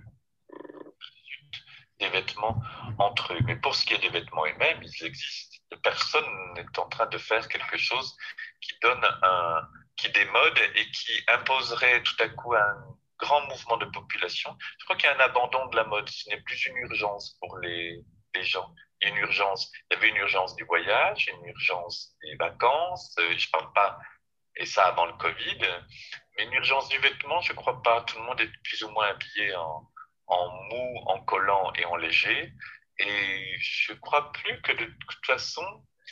C: des vêtements entre eux. Mais pour ce qui est des vêtements eux-mêmes, ils existent. Personne n'est en train de faire quelque chose qui donne un, qui démode et qui imposerait tout à coup un grand mouvement de population. Je crois qu'il y a un abandon de la mode. Ce n'est plus une urgence pour les, les gens. Il y a une urgence. Il y avait une urgence du voyage, une urgence des vacances. Je parle pas, et ça avant le Covid, mais une urgence du vêtement, je crois pas. Tout le monde est plus ou moins habillé en en mou, en collant et en léger. Et je crois plus que de toute façon,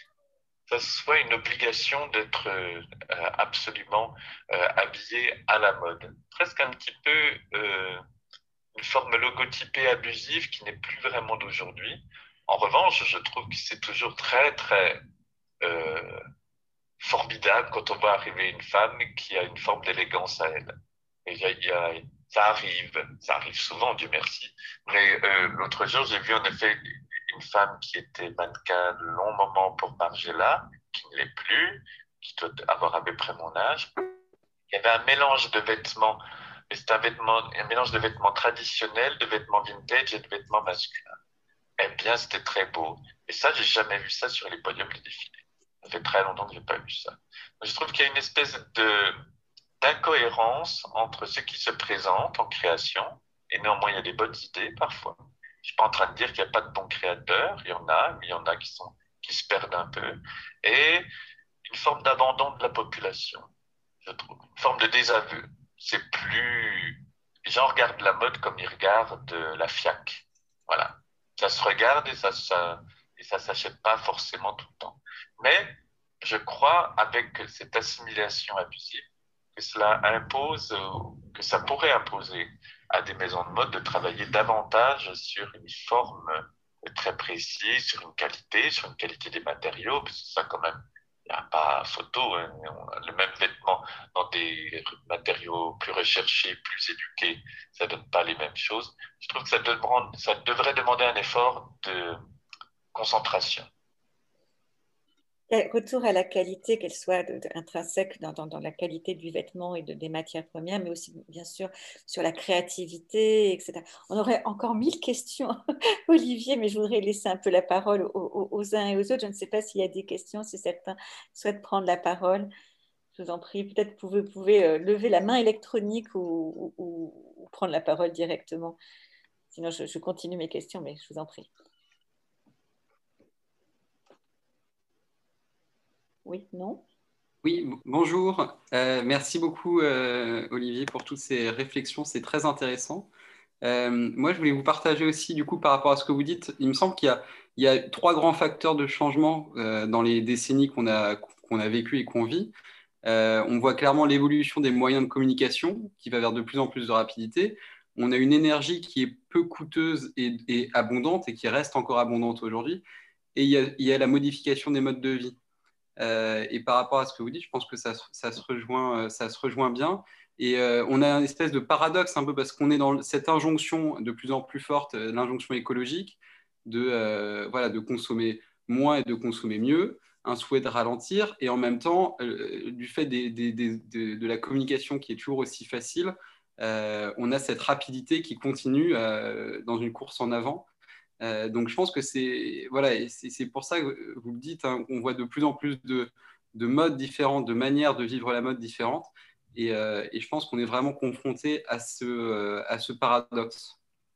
C: ça soit une obligation d'être euh, absolument euh, habillé à la mode. Presque un petit peu euh, une forme logotypée abusive qui n'est plus vraiment d'aujourd'hui. En revanche, je trouve que c'est toujours très, très euh, formidable quand on voit arriver une femme qui a une forme d'élégance à elle. Et il y a, il y a ça arrive, ça arrive souvent, Dieu merci. Mais euh, l'autre jour, j'ai vu en effet une femme qui était mannequin de long moment pour Margiela, qui ne l'est plus, qui doit avoir à peu près mon âge. Il y avait un mélange de vêtements, mais c'était un, vêtement, un mélange de vêtements traditionnels, de vêtements vintage et de vêtements masculins. Eh bien, c'était très beau. Et ça, j'ai jamais vu ça sur les podiums de défilé. Ça fait très longtemps que j'ai pas vu ça. Donc, je trouve qu'il y a une espèce de d'incohérence entre ce qui se présente en création, et néanmoins il y a des bonnes idées parfois. Je suis pas en train de dire qu'il n'y a pas de bons créateurs, il y en a, mais il y en a qui, sont, qui se perdent un peu, et une forme d'abandon de la population, je trouve, une forme de désaveu. C'est plus... Les gens regardent la mode comme ils regardent la FIAC. Voilà. Ça se regarde et ça, ça, et ça s'achète pas forcément tout le temps. Mais je crois, avec cette assimilation abusive, que cela impose, que ça pourrait imposer à des maisons de mode de travailler davantage sur une forme très précise, sur une qualité, sur une qualité des matériaux, parce que ça quand même, il n'y a pas photo, hein. Le même vêtement dans des matériaux plus recherchés, plus éduqués, ça ne donne pas les mêmes choses. Je trouve que ça, demande, ça devrait demander un effort de concentration.
B: Retour à la qualité, qu'elle soit de, de, intrinsèque dans, dans, dans la qualité du vêtement et de, des matières premières, mais aussi bien sûr sur la créativité, et cetera. On aurait encore mille questions, Olivier, mais je voudrais laisser un peu la parole aux, aux, aux uns et aux autres. Je ne sais pas s'il y a des questions, si certains souhaitent prendre la parole. Je vous en prie, peut-être vous pouvez, pouvez lever la main électronique ou, ou, ou prendre la parole directement. Sinon, je, je continue mes questions, mais je vous en prie. Oui, non?
D: Oui, bonjour. Euh, merci beaucoup, euh, Olivier, pour toutes ces réflexions. C'est très intéressant. Euh, moi, je voulais vous partager aussi, du coup, par rapport à ce que vous dites, il me semble qu'il y a, il y a trois grands facteurs de changement euh, dans les décennies qu'on a, qu'on a vécues et qu'on vit. Euh, on voit clairement l'évolution des moyens de communication qui va vers de plus en plus de rapidité. On a une énergie qui est peu coûteuse et, et abondante et qui reste encore abondante aujourd'hui. Et il y a, il y a la modification des modes de vie. Euh, et par rapport à ce que vous dites, je pense que ça, ça, se, rejoint, ça se rejoint bien. Et euh, on a une espèce de paradoxe un peu parce qu'on est dans cette injonction de plus en plus forte, l'injonction écologique, de, euh, voilà, de consommer moins et de consommer mieux, un souhait de ralentir. Et en même temps, euh, du fait des, des, des, de, de la communication qui est toujours aussi facile, euh, on a cette rapidité qui continue euh, dans une course en avant. Euh, donc je pense que c'est voilà, c'est pour ça que vous le dites, hein, on voit de plus en plus de, de modes différents, de manières de vivre la mode différentes, et, euh, et je pense qu'on est vraiment confronté à ce, euh, à ce paradoxe.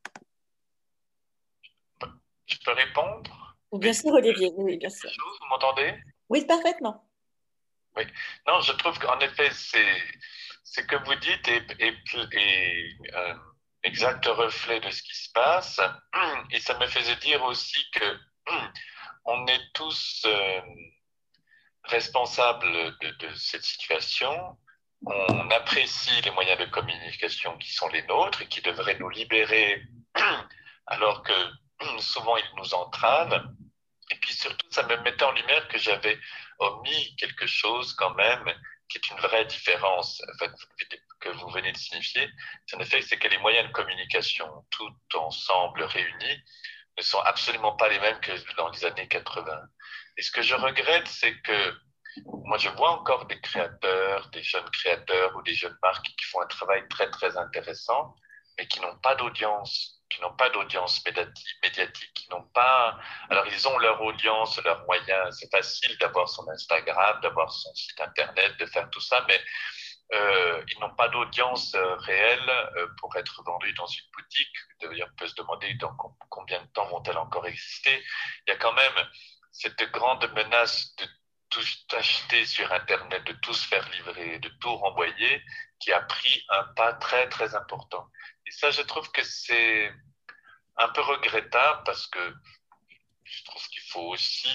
C: Je peux répondre?
B: Bien sûr, Olivier, oui, bien sûr.
C: Chose, vous m'entendez?
B: Oui, parfaitement.
C: Oui. Non, je trouve qu'en effet, c'est ce que vous dites est, est, est euh, exact reflet de ce qui se passe. Et ça me faisait dire aussi que on est tous euh, responsables de, de cette situation. On apprécie les moyens de communication qui sont les nôtres et qui devraient nous libérer alors que souvent ils nous entravent. Et puis surtout, ça me mettait en lumière que j'avais omis quelque chose quand même, qui est une vraie différence, enfin, que vous venez de signifier. En effet, c'est que les moyens de communication, tout ensemble réunis, ne sont absolument pas les mêmes que dans les années quatre-vingts. Et ce que je regrette, c'est que moi, je vois encore des créateurs, des jeunes créateurs ou des jeunes marques qui font un travail très, très intéressant, mais qui n'ont pas d'audience, qui n'ont pas d'audience médiatique, qui n'ont pas... Alors, ils ont leur audience, leurs moyens. C'est facile d'avoir son Instagram, d'avoir son site Internet, de faire tout ça, mais euh, ils n'ont pas d'audience euh, réelle euh, pour être vendus dans une boutique. D'ailleurs, on peut se demander dans combien de temps vont-elles encore exister. Il y a quand même cette grande menace de tout acheter sur Internet, de tout se faire livrer, de tout renvoyer, qui a pris un pas très, très important. Et ça, je trouve que c'est un peu regrettable parce que je trouve qu'il faut aussi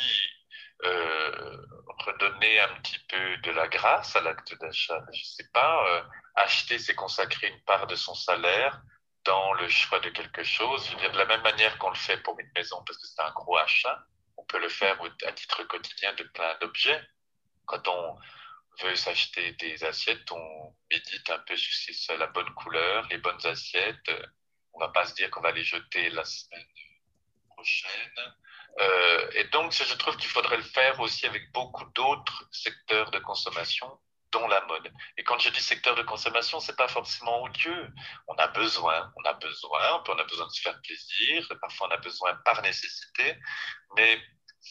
C: euh, redonner un petit peu de la grâce à l'acte d'achat. Je ne sais pas, euh, acheter, c'est consacrer une part de son salaire dans le choix de quelque chose. Je veux dire, de la même manière qu'on le fait pour une maison parce que c'est un gros achat, on peut le faire à titre quotidien de plein d'objets. Quand on veut s'acheter des assiettes, on médite un peu sur si c'est la bonne couleur, les bonnes assiettes. On ne va pas se dire qu'on va les jeter la semaine prochaine. Euh, et donc, je trouve qu'il faudrait le faire aussi avec beaucoup d'autres secteurs de consommation, dont la mode. Et quand je dis secteur de consommation, c'est pas forcément odieux. On a besoin, on a besoin, on a besoin de se faire plaisir, parfois on a besoin par nécessité, mais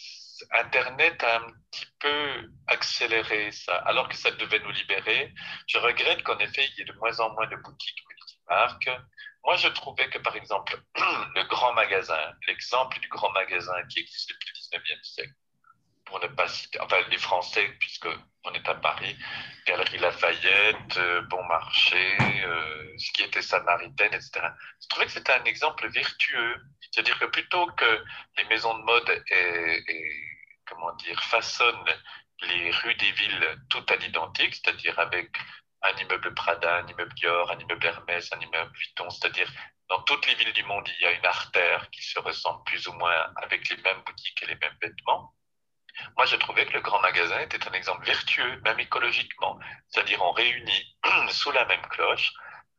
C: Internet a un petit peu accéléré ça, alors que ça devait nous libérer. Je regrette qu'en effet, il y ait de moins en moins de boutiques multimarques. Moi, je trouvais que, par exemple, le grand magasin, l'exemple du grand magasin qui existe depuis le dix-neuvième siècle, pour ne pas citer, enfin, les Français, puisqu'on est à Paris, Galerie Lafayette, euh, Bon Marché, euh, ce qui était Samaritaine, et cetera. Je trouvais que c'était un exemple vertueux. C'est-à-dire que plutôt que les maisons de mode et, et comment dire, façonnent les rues des villes toutes à l'identique, c'est-à-dire avec un immeuble Prada, un immeuble Dior, un immeuble Hermès, un immeuble Vuitton, c'est-à-dire dans toutes les villes du monde, il y a une artère qui se ressemble plus ou moins avec les mêmes boutiques et les mêmes vêtements. Moi, je trouvais que le grand magasin était un exemple vertueux, même écologiquement, c'est-à-dire on réunit sous la même cloche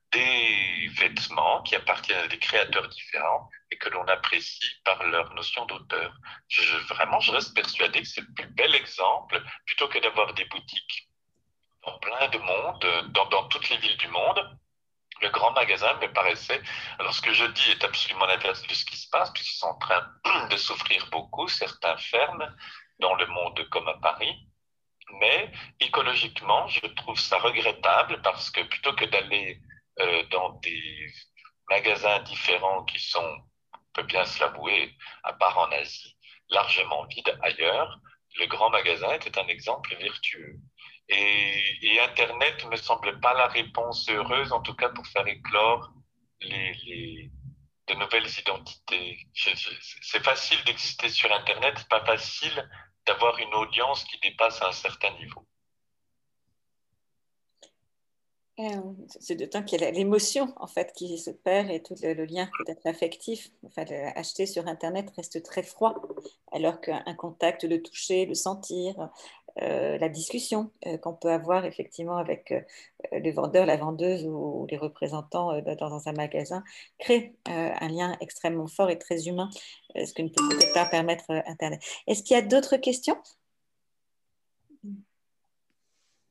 C: des vêtements qui appartiennent à des créateurs différents et que l'on apprécie par leur notion d'auteur. Je, je, vraiment, je reste persuadé que c'est le plus bel exemple, plutôt que d'avoir des boutiques dans plein de monde, dans, dans toutes les villes du monde. Le grand magasin me paraissait... Alors, ce que je dis est absolument l'inverse de ce qui se passe, puisqu'ils sont en train de souffrir beaucoup. Certains ferment dans le monde comme à Paris. Mais écologiquement, je trouve ça regrettable parce que plutôt que d'aller euh, dans des magasins différents qui sont, on peut bien se l'avouer, à part en Asie, largement vides ailleurs, le grand magasin était un exemple vertueux. Et, et Internet ne me semble pas la réponse heureuse, en tout cas pour faire éclore les, les, de nouvelles identités. Je, je, c'est facile d'exister sur Internet, c'est pas facile d'avoir une audience qui dépasse un certain niveau.
B: C'est de temps qu'il y a l'émotion en fait qui se perd et tout le, le lien peut-être affectif. Enfin, acheter sur Internet reste très froid, alors qu'un contact, le toucher, le sentir, euh, la discussion euh, qu'on peut avoir effectivement avec euh, le vendeur, la vendeuse ou, ou les représentants euh, dans un magasin crée euh, un lien extrêmement fort et très humain, euh, ce que ne peut peut-être pas permettre euh, Internet. Est-ce qu'il y a d'autres questions ? Non ?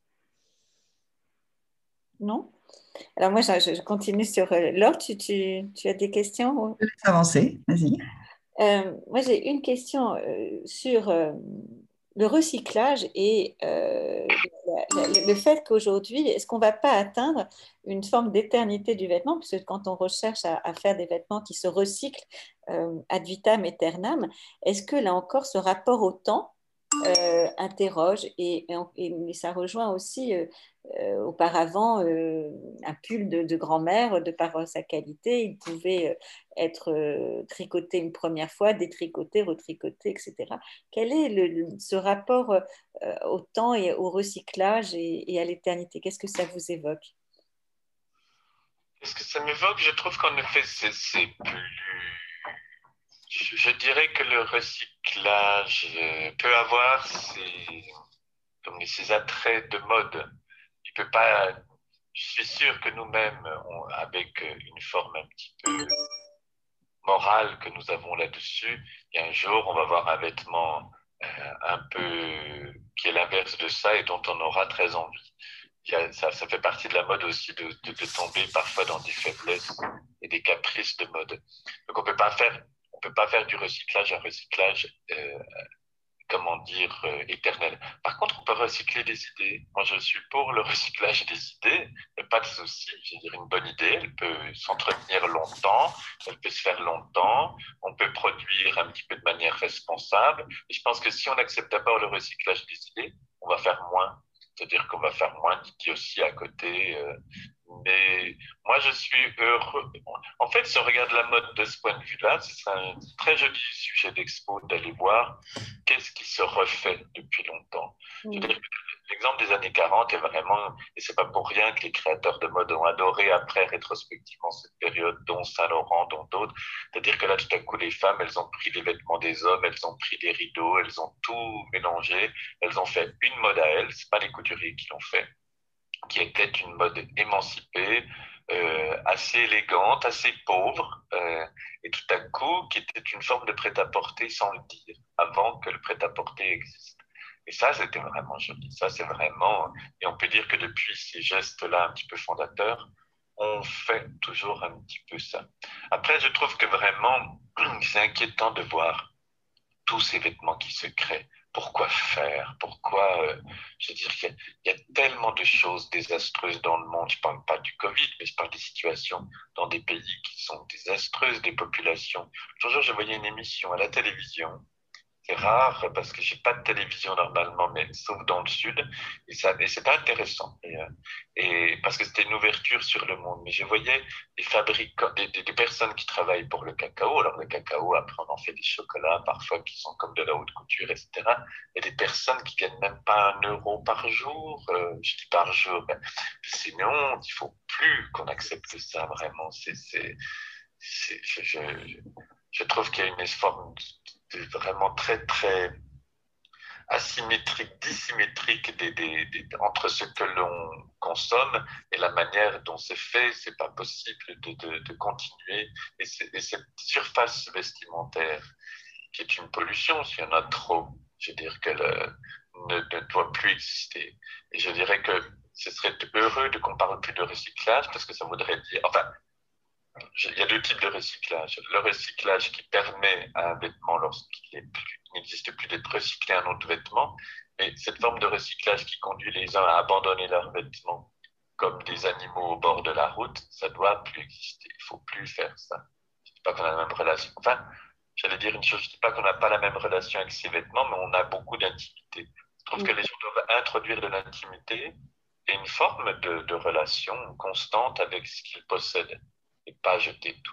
B: Alors moi, je, je continue sur euh, Laure, tu, tu, tu as des questions ou...
E: Je laisse avancer, vas-y.
B: Euh, moi, j'ai une question euh, sur euh, le recyclage et euh, la- la- le fait qu'aujourd'hui, est-ce qu'on ne va pas atteindre une forme d'éternité du vêtement? Parce que quand on recherche à, à faire des vêtements qui se recyclent euh, ad vitam aeternam, est-ce que là encore, ce rapport au temps euh, interroge et, et, et ça rejoint aussi euh, euh, auparavant euh, un pull de, de grand-mère de par sa qualité, il pouvait euh, être euh, tricoté une première fois, détricoté, retricoté, et cetera. Quel est le, le- ce rapport euh, au temps et au recyclage et, et à l'éternité? Qu'est-ce que ça vous évoque?
C: Est-ce que ça m'évoque? Je trouve qu'en effet, c'est, c'est plus... Je, je dirais que le recyclage euh, peut avoir ses, comme ses attraits de mode. Il peut pas... Je suis sûr que nous-mêmes, on- avec une forme un petit peu morale que nous avons là-dessus, et un jour, on va voir un vêtement euh, un peu qui est l'inverse de ça et dont on aura très envie. Il y a, ça, ça fait partie de la mode aussi de, de, de tomber parfois dans des faiblesses et des caprices de mode. Donc on peut pas faire, on peut pas faire du recyclage un recyclage euh, comment dire, euh, éternel. Par contre, on peut recycler des idées. Moi, je suis pour le recyclage des idées. Il n'y a pas de souci. Je veux dire, une bonne idée, elle peut s'entretenir longtemps, elle peut se faire longtemps, on peut produire un petit peu de manière responsable. Et je pense que si on accepte d'abord le recyclage des idées, on va faire moins. C'est-à-dire qu'on va faire moins d'idioties à côté. Euh, mais moi, je suis heureux. En fait, si on regarde la mode de ce point de vue-là, c'est un très joli sujet d'expo d'aller voir qu'est-ce qui se refait depuis longtemps. Je veux dire que l'exemple des années quarante est vraiment, et c'est pas pour rien que les créateurs de mode ont adoré après rétrospectivement cette période, dont Saint-Laurent, dont d'autres. C'est-à-dire que là, tout à coup, les femmes, elles ont pris les vêtements des hommes, elles ont pris les rideaux, elles ont tout mélangé, elles ont fait une mode à elles, c'est pas les couturiers qui l'ont fait, qui était une mode émancipée, euh, assez élégante, assez pauvre, euh, et tout à coup, qui était une forme de prêt-à-porter sans le dire, avant que le prêt-à-porter existe. Et ça, c'était vraiment joli. Ça, c'est vraiment... Et on peut dire que depuis ces gestes-là un petit peu fondateurs, on fait toujours un petit peu ça. Après, je trouve que vraiment, c'est inquiétant de voir tous ces vêtements qui se créent. Pourquoi faire? Pourquoi euh, Je veux dire qu'il y, y, a tellement de choses désastreuses dans le monde. Je parle pas du Covid, mais je parle des situations dans des pays qui sont désastreuses, des populations. L'autre jour, je voyais une émission à la télévision. C'est rare parce que j'ai pas de télévision normalement, mais sauf dans le sud, et ça, et c'était intéressant. Et, euh, et parce que c'était une ouverture sur le monde. Mais je voyais des fabricants, des, des, des personnes qui travaillent pour le cacao. Alors le cacao, après on en fait des chocolats parfois qui sont comme de la haute couture, et cetera. Et des personnes qui gagnent même pas un euro par jour. Euh, je dis par jour, ben, sinon il faut plus qu'on accepte ça vraiment. C'est, c'est, c'est, je, je, je trouve qu'il y a une forme de, de vraiment très très asymétrique, dissymétrique des, des, des, entre ce que l'on consomme et la manière dont c'est fait. C'est pas possible de, de, de continuer. Et, et cette surface vestimentaire qui est une pollution, s'il y en a trop, je veux dire qu'elle ne, ne doit plus exister. Et je dirais que ce serait heureux de qu'on parle plus de recyclage parce que ça voudrait dire, enfin, il y a deux types de recyclage. Le recyclage qui permet à un vêtement, lorsqu'il n'existe plus, d'être recyclé à un autre vêtement, mais cette forme de recyclage qui conduit les uns à abandonner leurs vêtements comme des animaux au bord de la route, ça ne doit plus exister. Il ne faut plus faire ça. Je ne dis pas qu'on a la même relation. Enfin, j'allais dire une chose, je ne dis pas qu'on n'a pas la même relation avec ces vêtements, mais on a beaucoup d'intimité. Je trouve que les gens doivent introduire de l'intimité et une forme de, de relation constante avec ce qu'ils possèdent. Et pas jeter tout.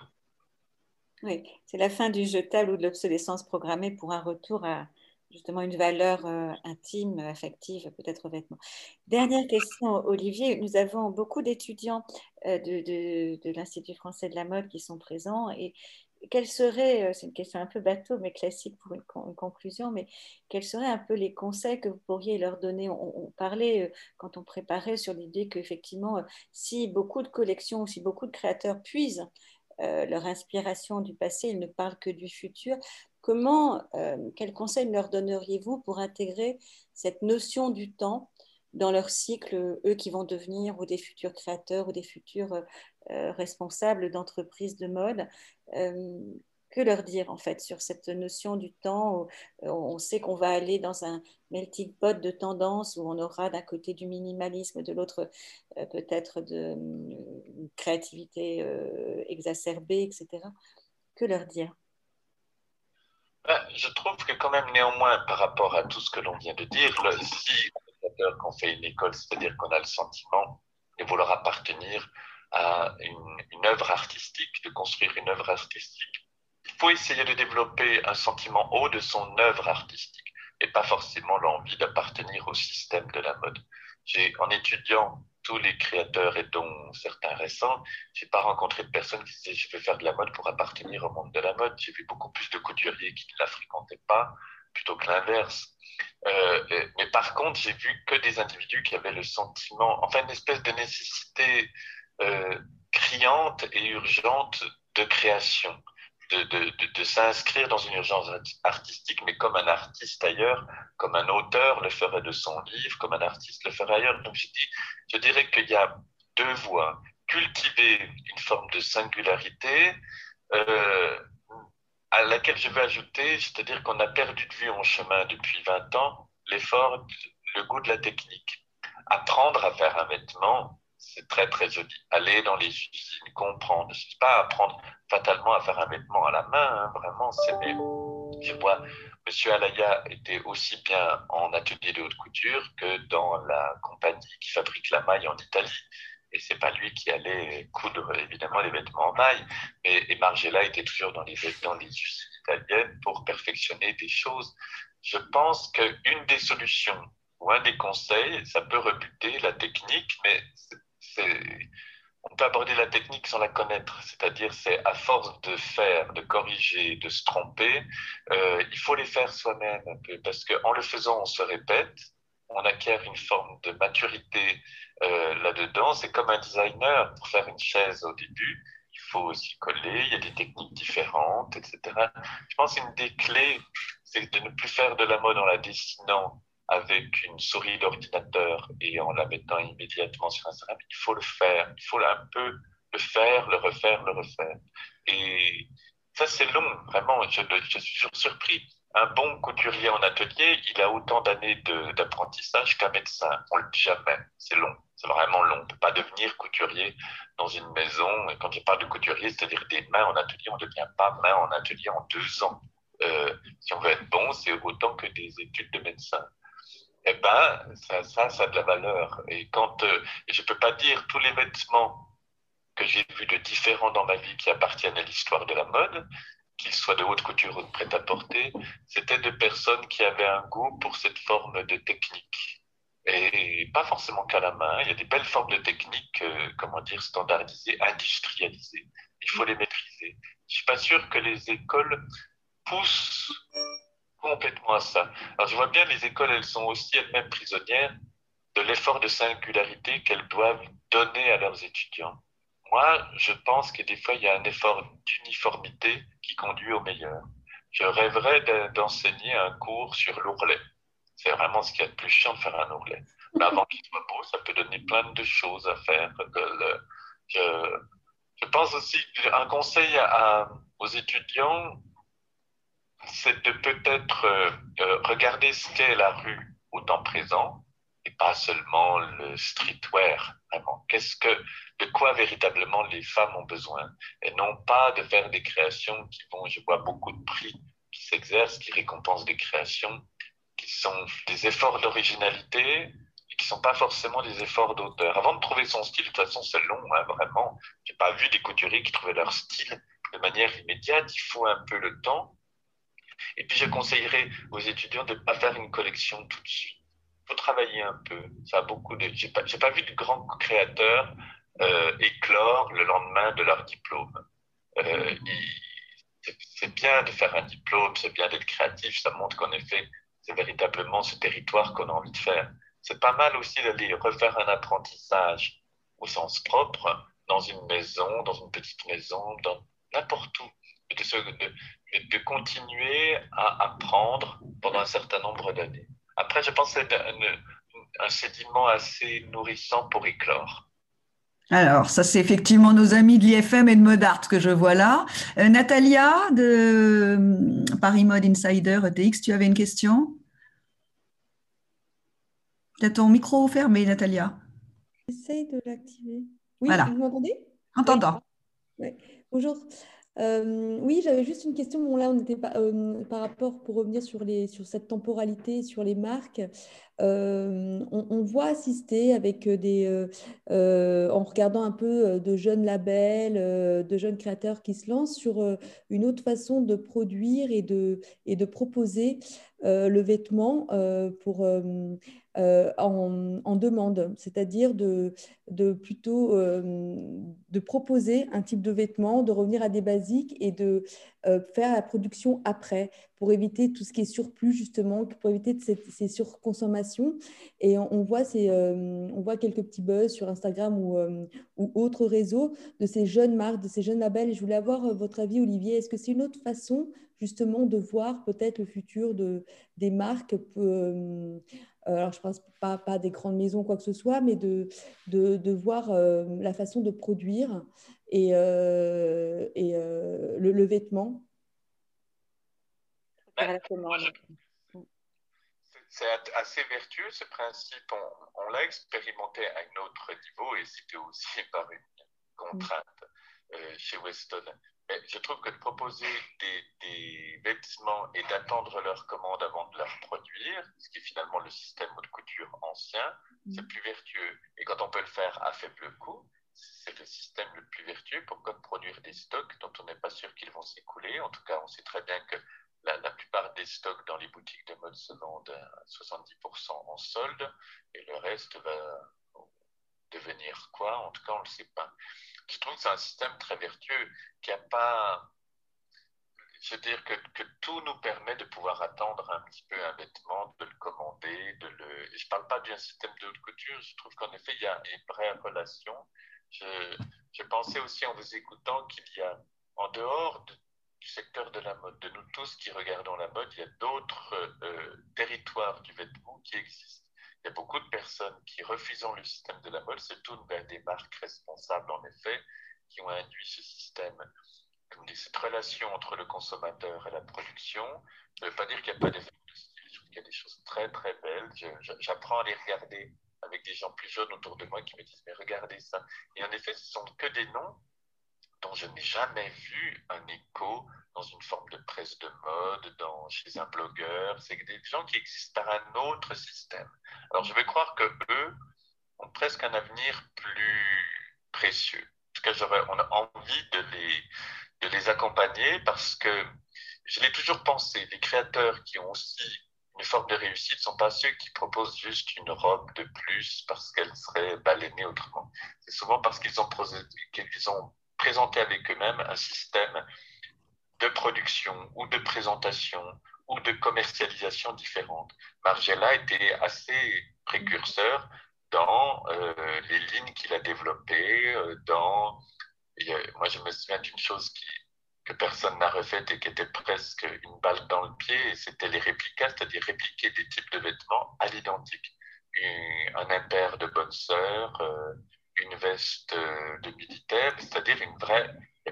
B: Oui, c'est la fin du jetable ou de l'obsolescence programmée pour un retour à justement une valeur euh, intime, affective, peut-être aux vêtements. Dernière question, Olivier. Nous avons beaucoup d'étudiants euh, de, de, de l'Institut français de la mode qui sont présents. Et quels seraient, c'est une question un peu bateau, mais classique pour une, une conclusion, mais quels seraient un peu les conseils que vous pourriez leur donner? On, on parlait, euh, quand on préparait, sur l'idée qu'effectivement, euh, si beaucoup de collections, si beaucoup de créateurs puisent Euh, leur inspiration du passé, ils ne parlent que du futur. Comment, euh, quels conseils leur donneriez-vous pour intégrer cette notion du temps dans leur cycle, eux qui vont devenir ou des futurs créateurs ou des futurs euh, responsables d'entreprises de mode? euh, Que leur dire en fait sur cette notion du temps où on sait qu'on va aller dans un melting pot de tendances où on aura d'un côté du minimalisme, de l'autre euh, peut-être de euh, créativité euh, exacerbée, et cetera. Que leur dire?
C: Ben, je trouve que quand même néanmoins par rapport à tout ce que l'on vient de dire, le, si qu'on fait une école, c'est-à-dire qu'on a le sentiment de vouloir appartenir à une, une œuvre artistique, de construire une œuvre artistique, il faut essayer de développer un sentiment haut de son œuvre artistique et pas forcément l'envie d'appartenir au système de la mode. J'ai, en étudiant tous les créateurs, et dont certains récents, je n'ai pas rencontré de personnes qui disaient « je veux faire de la mode pour appartenir au monde de la mode ». J'ai vu beaucoup plus de couturiers qui ne la fréquentaient pas, plutôt que l'inverse. Euh, mais par contre, j'ai vu que des individus qui avaient le sentiment, enfin une espèce de nécessité euh, criante et urgente de création, de, de, de, de s'inscrire dans une urgence artistique, mais comme un artiste ailleurs, comme un auteur le ferait de son livre, comme un artiste le ferait ailleurs. Donc je, dis, je dirais qu'il y a deux voies. Cultiver une forme de singularité, euh, à laquelle je veux ajouter, c'est-à-dire qu'on a perdu de vue en chemin depuis vingt ans l'effort, le goût de la technique. Apprendre à faire un vêtement, c'est très très joli. Aller dans les usines, comprendre. Je ne sais pas apprendre fatalement à faire un vêtement à la main, hein, vraiment, c'est mais je vois, M. Alaya était aussi bien en atelier de haute couture que dans la compagnie qui fabrique la maille en Italie. Et c'est pas lui qui allait coudre évidemment les vêtements en maille, mais et Margiela était toujours dans les, dans les usines italiennes pour perfectionner des choses. Je pense qu'une des solutions ou un des conseils, ça peut rebuter la technique, mais c'est, c'est, on peut aborder la technique sans la connaître, c'est-à-dire c'est à force de faire, de corriger, de se tromper, euh, il faut les faire soi-même un peu, parce qu'en le faisant, on se répète, on acquiert une forme de maturité euh, là-dedans. C'est comme un designer, pour faire une chaise au début, il faut aussi coller, il y a des techniques différentes, et cetera. Je pense qu'une des clés, c'est de ne plus faire de la mode en la dessinant avec une souris d'ordinateur et en la mettant immédiatement sur Instagram. Il faut le faire, il faut un peu le faire, le refaire, le refaire. Et ça, c'est long, vraiment, je, je suis surpris. Un bon couturier en atelier, il a autant d'années d'apprentissage qu'un médecin. On ne le dit jamais. C'est long. C'est vraiment long. On ne peut pas devenir couturier dans une maison. Et quand je parle de couturier, c'est-à-dire des mains en atelier, on ne devient pas main en atelier en deux ans. Euh, si on veut être bon, c'est autant que des études de médecin. Eh bien, ça, ça, ça a de la valeur. Et quand, euh, et je ne peux pas dire tous les vêtements que j'ai vus de différents dans ma vie qui appartiennent à l'histoire de la mode, qu'ils soient de haute couture ou de prêt-à-porter, c'était de personnes qui avaient un goût pour cette forme de technique. Et pas forcément qu'à la main, il y a des belles formes de technique, euh, comment dire, standardisées, industrialisées. Il faut les maîtriser. Je ne suis pas sûr que les écoles poussent complètement à ça. Alors je vois bien, les écoles, elles sont aussi elles-mêmes prisonnières de l'effort de singularité qu'elles doivent donner à leurs étudiants. Moi, je pense que des fois, il y a un effort d'uniformité qui conduit au meilleur. Je rêverais d'enseigner un cours sur l'ourlet. C'est vraiment ce qu'il y a de plus chiant de faire un ourlet. Mais avant qu'il soit beau, ça peut donner plein de choses à faire. Je, je pense aussi qu'un conseil à, aux étudiants, c'est de peut-être euh, regarder ce qu'est la rue au temps présent, et pas seulement le streetwear, vraiment. Qu'est-ce que, de quoi véritablement les femmes ont besoin, et non pas de faire des créations qui vont, je vois beaucoup de prix qui s'exercent, qui récompensent des créations qui sont des efforts d'originalité et qui ne sont pas forcément des efforts d'auteur. Avant de trouver son style, de toute façon c'est long, hein, vraiment. Je n'ai pas vu des couturiers qui trouvaient leur style de manière immédiate, il faut un peu le temps. Et puis je conseillerais aux étudiants de ne pas faire une collection tout de suite. Il faut travailler un peu. Ça a beaucoup de... Je n'ai pas, j'ai pas vu de grands créateurs euh, éclore le lendemain de leur diplôme. Euh, il... C'est bien de faire un diplôme, c'est bien d'être créatif, ça montre qu'en effet, c'est véritablement ce territoire qu'on a envie de faire. C'est pas mal aussi d'aller refaire un apprentissage au sens propre, dans une maison, dans une petite maison, dans n'importe où. De, se, de, de continuer à apprendre pendant un certain nombre d'années. Après, je pense que c'est un, un sédiment assez nourrissant pour éclore.
E: Alors, ça, c'est effectivement nos amis de l'I F M et de Modart que je vois là. Euh, Natalia, de euh, Paris Mode Insider E T X, tu avais une question? Tu as ton micro fermé, Natalia.
F: J'essaye de l'activer. Oui,
E: voilà.
F: Vous m'entendez?
E: On t'entend.
F: Oui. Ouais. Bonjour. Euh, oui, j'avais juste une question. Bon, là, on était pas, euh, par rapport, pour revenir sur, les, sur cette temporalité, sur les marques, euh, on, on voit assister avec des, euh, euh, en regardant un peu de jeunes labels, euh, de jeunes créateurs qui se lancent sur euh, une autre façon de produire et de, et de proposer euh, le vêtement euh, pour... Euh, euh, en, en demande, c'est-à-dire de, de plutôt euh, de proposer un type de vêtement, de revenir à des basiques et de euh, faire la production après pour éviter tout ce qui est surplus justement, pour éviter cette, ces surconsommations. Et on, on, voit ces, euh, on voit quelques petits buzz sur Instagram ou, euh, ou autres réseaux de ces jeunes marques, de ces jeunes labels. Et je voulais avoir votre avis, Olivier. Est-ce que c'est une autre façon justement de voir peut-être le futur de, des marques euh, alors je ne pense pas, pas des grandes maisons, quoi que ce soit, mais de, de, de voir euh, la façon de produire et, euh, et euh, le, le vêtement.
C: Ben, moi, je... C'est assez vertueux ce principe. On, on l'a expérimenté à un autre niveau et c'était aussi par une contrainte euh, chez Weston. Mais je trouve que de proposer des, des vêtements et d'attendre leur commande avant de leur produire, ce qui est finalement le système haute couture ancien, c'est plus vertueux. Et quand on peut le faire à faible coût, c'est le système le plus vertueux. Pourquoi produire des stocks dont on n'est pas sûr qu'ils vont s'écouler? En tout cas, on sait très bien que la, la plupart des stocks dans les boutiques de mode se vendent à soixante-dix pour cent en solde et le reste va devenir quoi? En tout cas, on ne le sait pas. Je trouve que c'est un système très vertueux qui n'a pas... Je veux dire que, que tout nous permet de pouvoir attendre un petit peu un vêtement, de le commander, de le... Et je ne parle pas d'un système de haute couture, je trouve qu'en effet, il y a une vraie relation. Je, je pensais aussi en vous écoutant qu'il y a, en dehors de, du secteur de la mode, de nous tous qui regardons la mode, il y a d'autres euh, territoires du vêtement qui existent. Il y a beaucoup de personnes qui, refusant le système de la mode, se tournent vers des marques responsables, en effet, qui ont induit ce système, comme dit, cette relation entre le consommateur et la production. Ça ne veut pas dire qu'il n'y a pas des effets de style. Je trouve qu'il y a des choses très, très belles. Je, je, j'apprends à les regarder avec des gens plus jeunes autour de moi qui me disent « mais regardez ça ». Et en effet, ce ne sont que des noms dont je n'ai jamais vu un écho dans une forme de presse de mode, dans, chez un blogueur. C'est des gens qui existent par un autre système. Alors, je vais croire qu'eux ont presque un avenir plus précieux. En tout cas, j'aurais on a envie de les, de les accompagner parce que je l'ai toujours pensé, les créateurs qui ont aussi une forme de réussite ne sont pas ceux qui proposent juste une robe de plus parce qu'elle serait balénée autrement. C'est souvent parce qu'ils ont, qu'ils ont présenté avec eux-mêmes un système de production ou de présentation ou de commercialisation différente. Margiela était assez précurseur dans euh, les lignes qu'il a développées, euh, dans... Et, euh, moi, je me souviens d'une chose qui, que personne n'a refaite et qui était presque une balle dans le pied, et c'était les réplicas, c'est-à-dire répliquer des types de vêtements à l'identique. Une, un impair de bonne sœur, euh, une veste euh, de militaire, c'est-à-dire une vraie...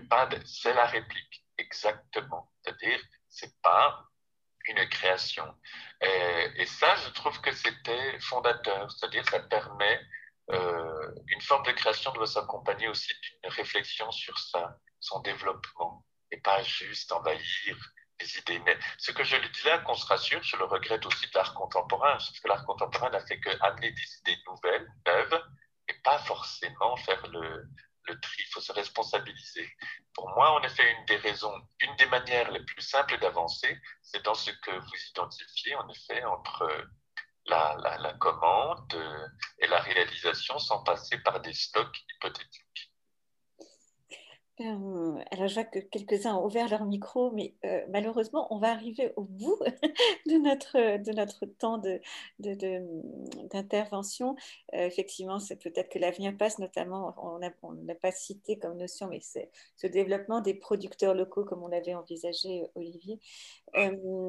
C: C'est la réplique, exactement. C'est-à-dire, c'est pas une création. Et, et ça, je trouve que c'était fondateur, c'est-à-dire ça permet, euh, une forme de création doit s'accompagner aussi d'une réflexion sur ça, son développement, et pas juste envahir les idées. Mais ce que je lui dis là, qu'on se rassure, je le regrette aussi de l'art contemporain, parce que l'art contemporain n'a fait qu'amener des idées nouvelles, neuves, et pas forcément faire le, le tri, il faut se responsabiliser. Pour moi, en effet, une des raisons, une des manières les plus simples d'avancer, c'est dans ce que vous identifiez, en effet, entre la, la, la commande et la réalisation sans passer par des stocks hypothétiques.
B: Euh, alors, je vois que quelques-uns ont ouvert leur micro, mais euh, malheureusement, on va arriver au bout de notre, de notre temps de, de, de, d'intervention. Euh, effectivement, c'est peut-être que l'avenir passe, notamment, on n'a on n'a pas cité comme notion, mais c'est ce développement des producteurs locaux, comme on l'avait envisagé, Olivier. Euh,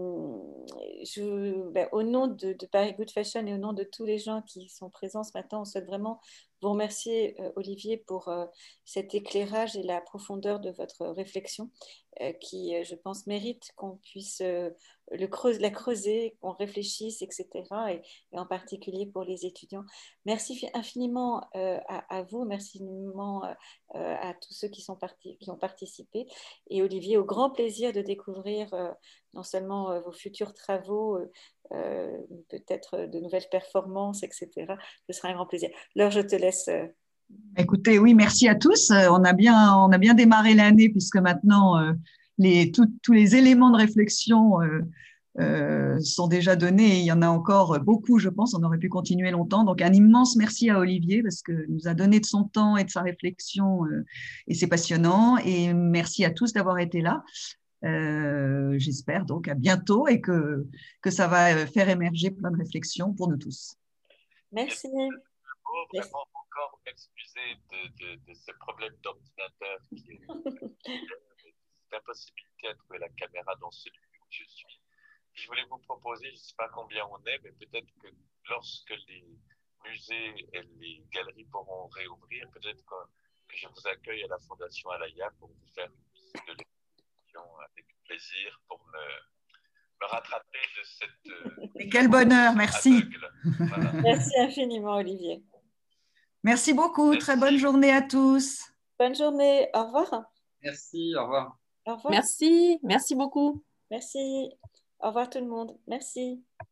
B: je, ben, au nom de, de Paris Good Fashion et au nom de tous les gens qui sont présents ce matin, on souhaite vraiment vous remercier, euh, Olivier, pour euh, cet éclairage et la profondeur de votre réflexion euh, qui, euh, je pense, mérite qu'on puisse euh, le creuse, la creuser, qu'on réfléchisse, et cetera. Et, et en particulier pour les étudiants. Merci infiniment euh, à, à vous, merci infiniment euh, à tous ceux qui, sont partis, qui ont participé. Et Olivier, au grand plaisir de découvrir euh, non seulement euh, vos futurs travaux, euh, Euh, peut-être de nouvelles performances, et cetera. Ce sera un grand plaisir. Laure, je te laisse. Euh...
E: Écoutez, oui, merci à tous. On a bien, on a bien démarré l'année puisque maintenant, euh, les, tout, tous les éléments de réflexion euh, euh, sont déjà donnés. Il y en a encore beaucoup, je pense. On aurait pu continuer longtemps. Donc, un immense merci à Olivier parce qu'il nous a donné de son temps et de sa réflexion euh, et c'est passionnant. Et merci à tous d'avoir été là. Euh, j'espère donc à bientôt et que, que ça va faire émerger plein de réflexions pour nous tous.
B: Merci.
C: Pour vraiment encore m'excuser de, de, de ce problème d'ordinateur qui est cette impossibilité à trouver la caméra dans celui où je suis. Je voulais vous proposer, je ne sais pas combien on est, mais peut-être que lorsque les musées et les galeries pourront réouvrir, peut-être que, que je vous accueille à la Fondation Alaya pour vous faire une visite de l'exposition avec plaisir pour me, me rattraper de cette...
E: Et quel bonheur, merci.
C: Voilà.
B: Merci infiniment, Olivier.
E: Merci beaucoup,
C: Merci.
E: très bonne journée à tous.
B: Bonne journée, au revoir.
D: Merci, au revoir.
B: Au revoir.
G: Merci, merci beaucoup.
B: Merci. Au revoir tout le monde. Merci.